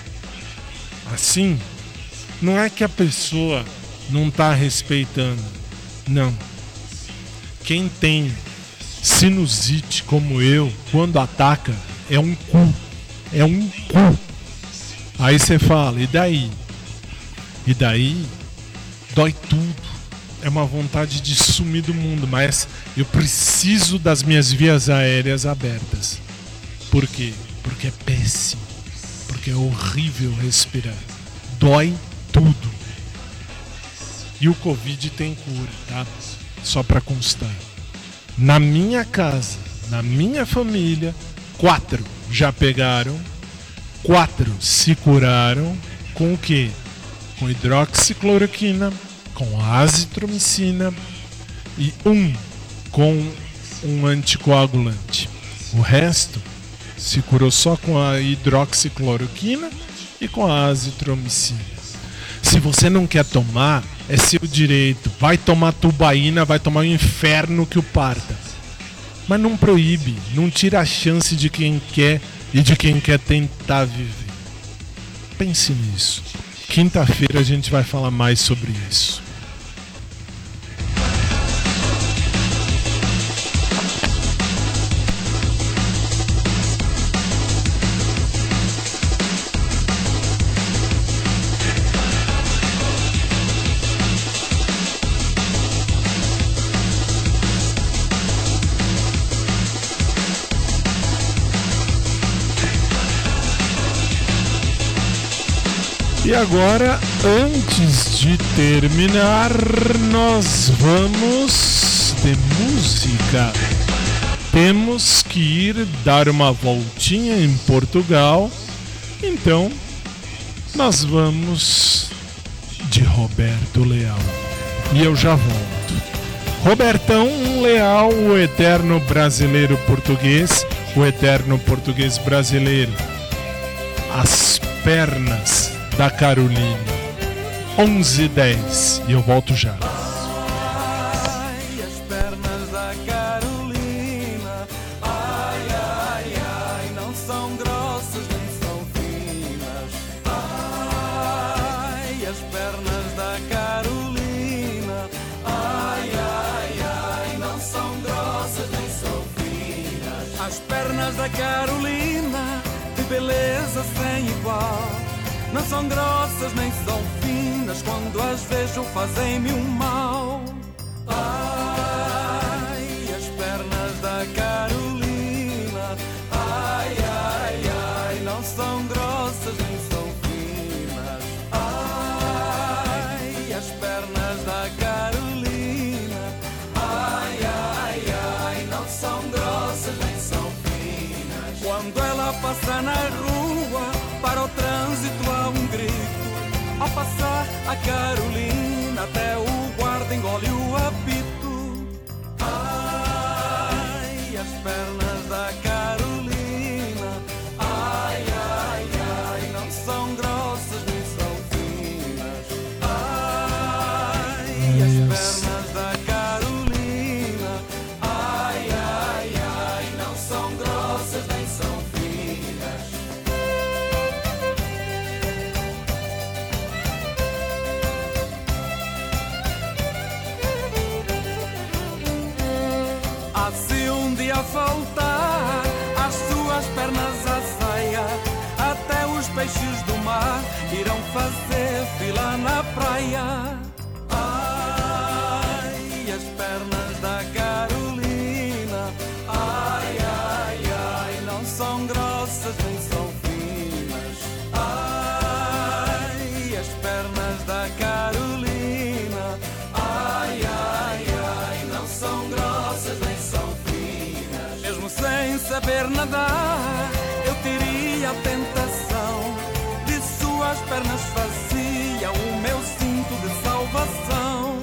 assim, não é que a pessoa não está respeitando. Não. Quem tem sinusite como eu, quando ataca, é um cu. É um cu. Aí você fala, e daí? E daí? Dói tudo. É uma vontade de sumir do mundo, mas eu preciso das minhas vias aéreas abertas. Por quê? Porque é péssimo. Porque é horrível respirar. Dói tudo. E o Covid tem cura, tá? Só para constar. Na minha casa, na minha família, quatro já pegaram, quatro se curaram com o quê? Com hidroxicloroquina, com azitromicina e um com um anticoagulante. O resto se curou só com a hidroxicloroquina e com a azitromicina. Se você não quer tomar, é seu direito. Vai tomar tubaína, vai tomar o inferno que o parta. Mas não proíbe, não tira a chance de quem quer e de quem quer tentar viver. Pense nisso. Quinta-feira a gente vai falar mais sobre isso. E agora, antes de terminar, nós vamos de música. Temos que ir dar uma voltinha em Portugal, então nós vamos de Roberto Leal. E eu já volto. Robertão Leal, o eterno brasileiro português, o eterno português brasileiro. As pernas da Carolina, onze e dez, e eu volto já. Ai, as pernas da Carolina, ai, ai, ai, não são grossas nem são finas. Ai, as pernas da Carolina, ai, ai, ai, não são grossas nem são finas. As pernas da Carolina, de beleza sem igual, não são grossas nem são finas, quando as vejo fazem-me um mal. Ai, as pernas da Carolina, ai, ai, ai, não são grossas nem são finas. Ai, as pernas da Carolina, ai, ai, ai, não são grossas nem são finas. Quando ela passa na rua, para o trânsito há um grito. Ao passar a Carolina, até o guarda engole o apito. Ai, as pernas da Carolina, ai, ai, ai, não são grossas nem são finas. Ai, as pernas a faltar, às suas pernas a saia, até os peixes do mar irão fazer fila na praia. Ai, as pernas da Carolina, ai, ai, ai, não são grossas nem são finas. Ai, as pernas da Carolina, ai, ai, ai, não são grossas nem são finas. Mesmo sem saber nadar, eu teria a tentação de suas pernas fazia o meu cinto de salvação.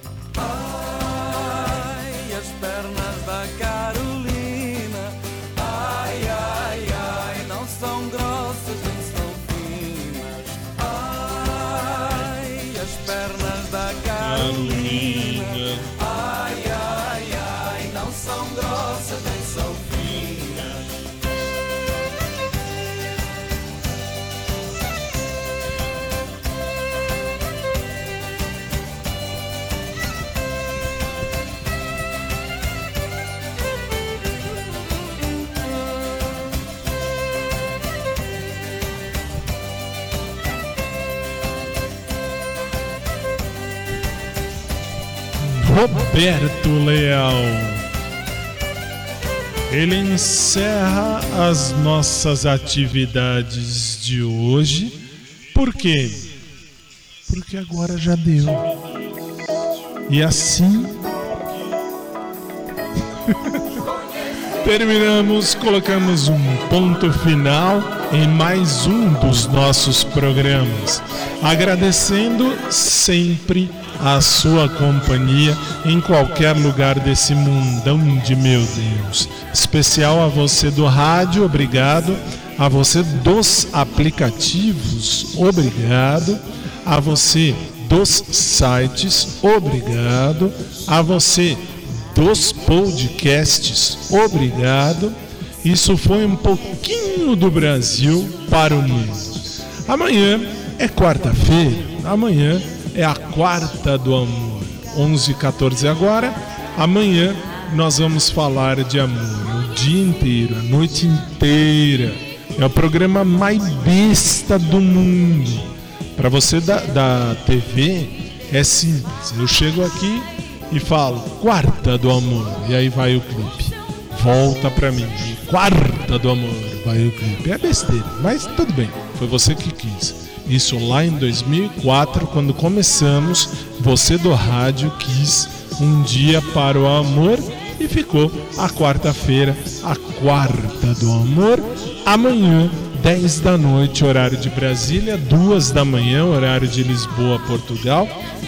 Ai, as pernas da Carolina, ai, ai, ai, não são grossas nem são finas. Ai, as pernas da Carolina, ai, ai, ai, não são grossas nem são finas. Roberto Leal. Ele encerra as nossas atividades de hoje. Por quê? Porque agora já deu. E assim terminamos, colocamos um ponto final em mais um dos nossos programas, agradecendo sempre a sua companhia em qualquer lugar desse mundão de meu Deus. Especial a você do rádio, obrigado. A você dos aplicativos, obrigado. A você dos sites, obrigado. A você dos podcasts, obrigado. Isso foi um pouquinho do Brasil para o mundo. Amanhã é quarta-feira, amanhã é a quarta do amor, onze e quatorze agora. Amanhã nós vamos falar de amor o dia inteiro, a noite inteira. É o programa mais besta do mundo. Para você da, da T V é simples, eu chego aqui e falo quarta do amor, e aí vai o clipe, volta pra mim, quarta do amor, vai o clipe. É besteira, mas tudo bem, foi você que quis. Isso lá em dois mil e quatro, quando começamos, você do rádio quis um dia para o amor e ficou a quarta-feira, a quarta do amor. Amanhã, dez da noite, horário de Brasília, duas da manhã, horário de Lisboa, Portugal.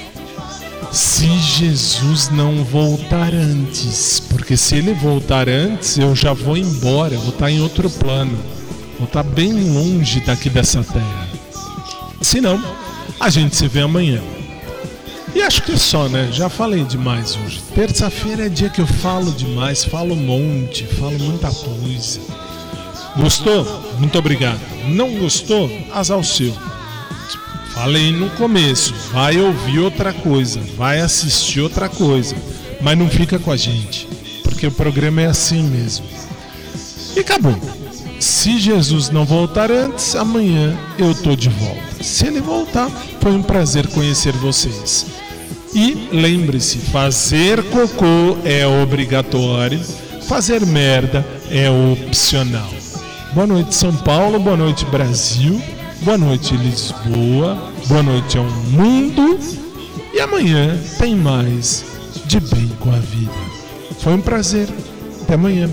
Se Jesus não voltar antes, porque se ele voltar antes, eu já vou embora, vou estar em outro plano, vou estar bem longe daqui dessa terra. Se não, a gente se vê amanhã. E acho que é só, né? Já falei demais hoje. Terça-feira é dia que eu falo demais, falo um monte, falo muita coisa. Gostou? Muito obrigado. Não gostou? Azar o seu. Falei no começo, vai ouvir outra coisa, vai assistir outra coisa, mas não fica com a gente, porque o programa é assim mesmo. E acabou. Se Jesus não voltar antes, amanhã eu tô de volta. Se ele voltar, foi um prazer conhecer vocês. E lembre-se, fazer cocô é obrigatório, fazer merda é opcional. Boa noite, São Paulo, boa noite, Brasil, boa noite, Lisboa, boa noite ao mundo. E amanhã tem mais de Bem com a Vida. Foi um prazer. Até amanhã.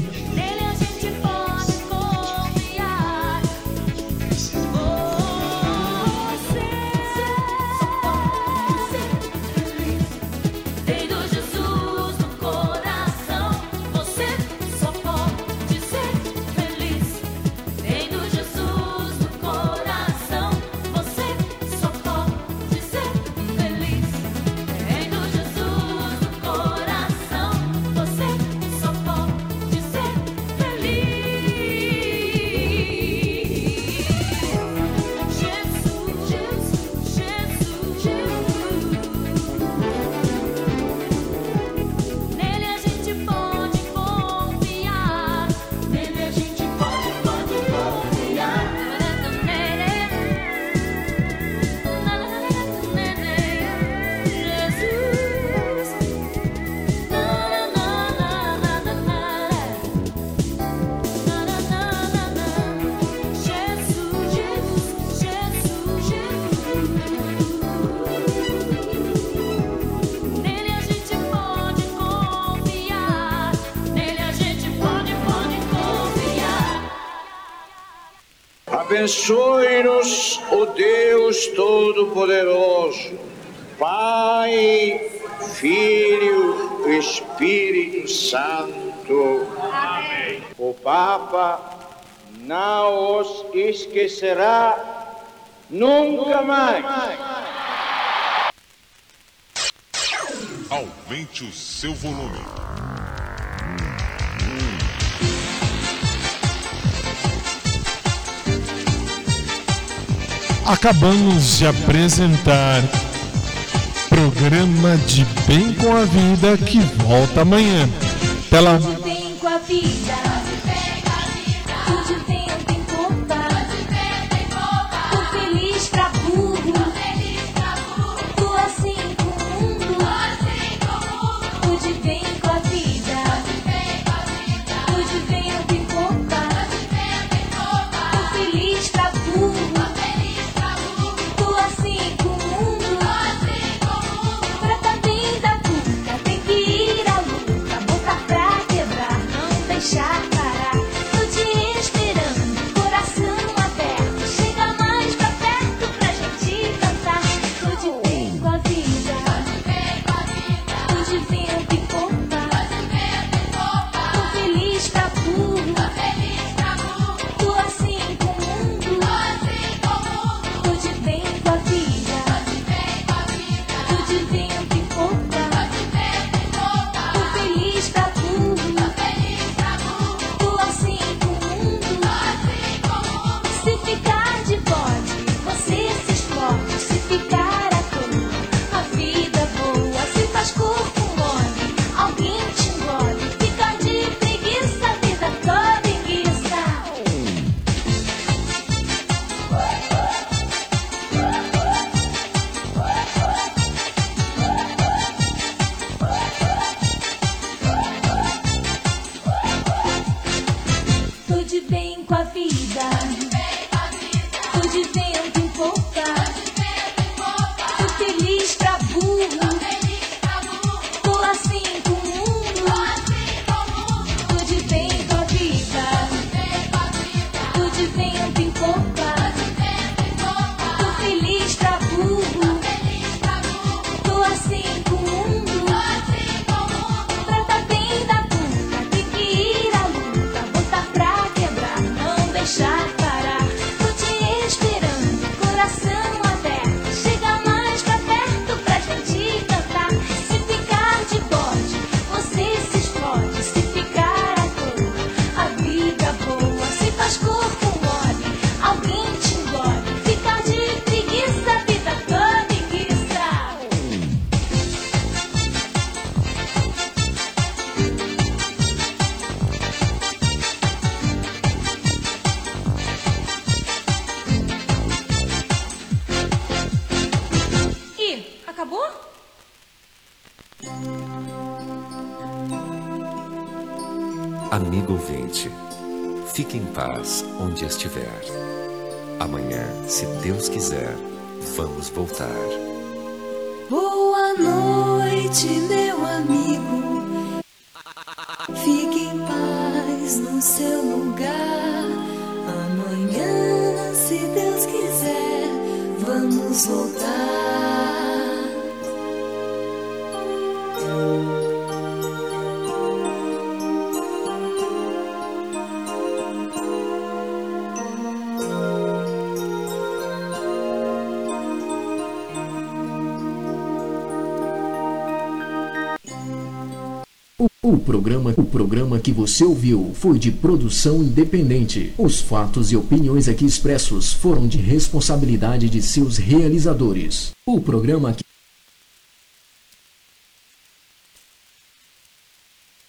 Você só pode ser Abençoe-nos, o Deus Todo-Poderoso, Pai, Filho, Espírito Santo. Amém. O Papa não os esquecerá nunca mais. Aumente o seu volume. Acabamos de apresentar programa de Bem com a Vida, que volta amanhã. Até lá. Bem com a vida. Tudo vento em popa. Tô feliz pra burro. Tô assim com o mundo. Tudo bem com a vida. Tudo vento em popa. Tô feliz pra burro. Tô assim com o mundo. Pra tá bem da puta, tem que ir à luta, botar pra quebrar, não deixar parar. Tô te esperando, coração aberto, chega mais pra perto pra gente cantar. Tô de bem com a vida, tô de vento e popa, tô feliz pra burro, tô assim com o mundo. Tô de bem com a vida, tô de vento e popa, tô feliz pra burro, tô assim com o mundo. Se ficar de bode, você se explode. Se ficar à toa, a vida boa. Se faz corpo mole, alguém te engole. Ficar de preguiça, a vida toda enguiça. Tô de bem com a vida, tô de vento em popa, tô feliz pra burro, tô assim com o mundo. Tô de bem com a vida, tô de vento em popa, tô feliz pra burro, tô assim com o mundo. Pra tá bem da puta, tem que ir à luta, botar pra quebrar, não deixar parar. Tô te esperando, coração aberto, chega mais pra perto pra gente cantar. Se ficar de bode, você se explode. Se ficar à toa, a vida boa. Se faz corpo mole, alguém te engole. Ficar de preguiça, a vida toda enguiça. Ih, acabou? Amigo ouvinte, fique em paz onde estiver. Amanhã, se Deus quiser, vamos voltar. Boa noite, meu amigo. Fique em paz no seu lugar. Amanhã, se Deus quiser, vamos voltar. O programa, o programa que você ouviu foi de produção independente. Os fatos e opiniões aqui expressos foram de responsabilidade de seus realizadores. O programa que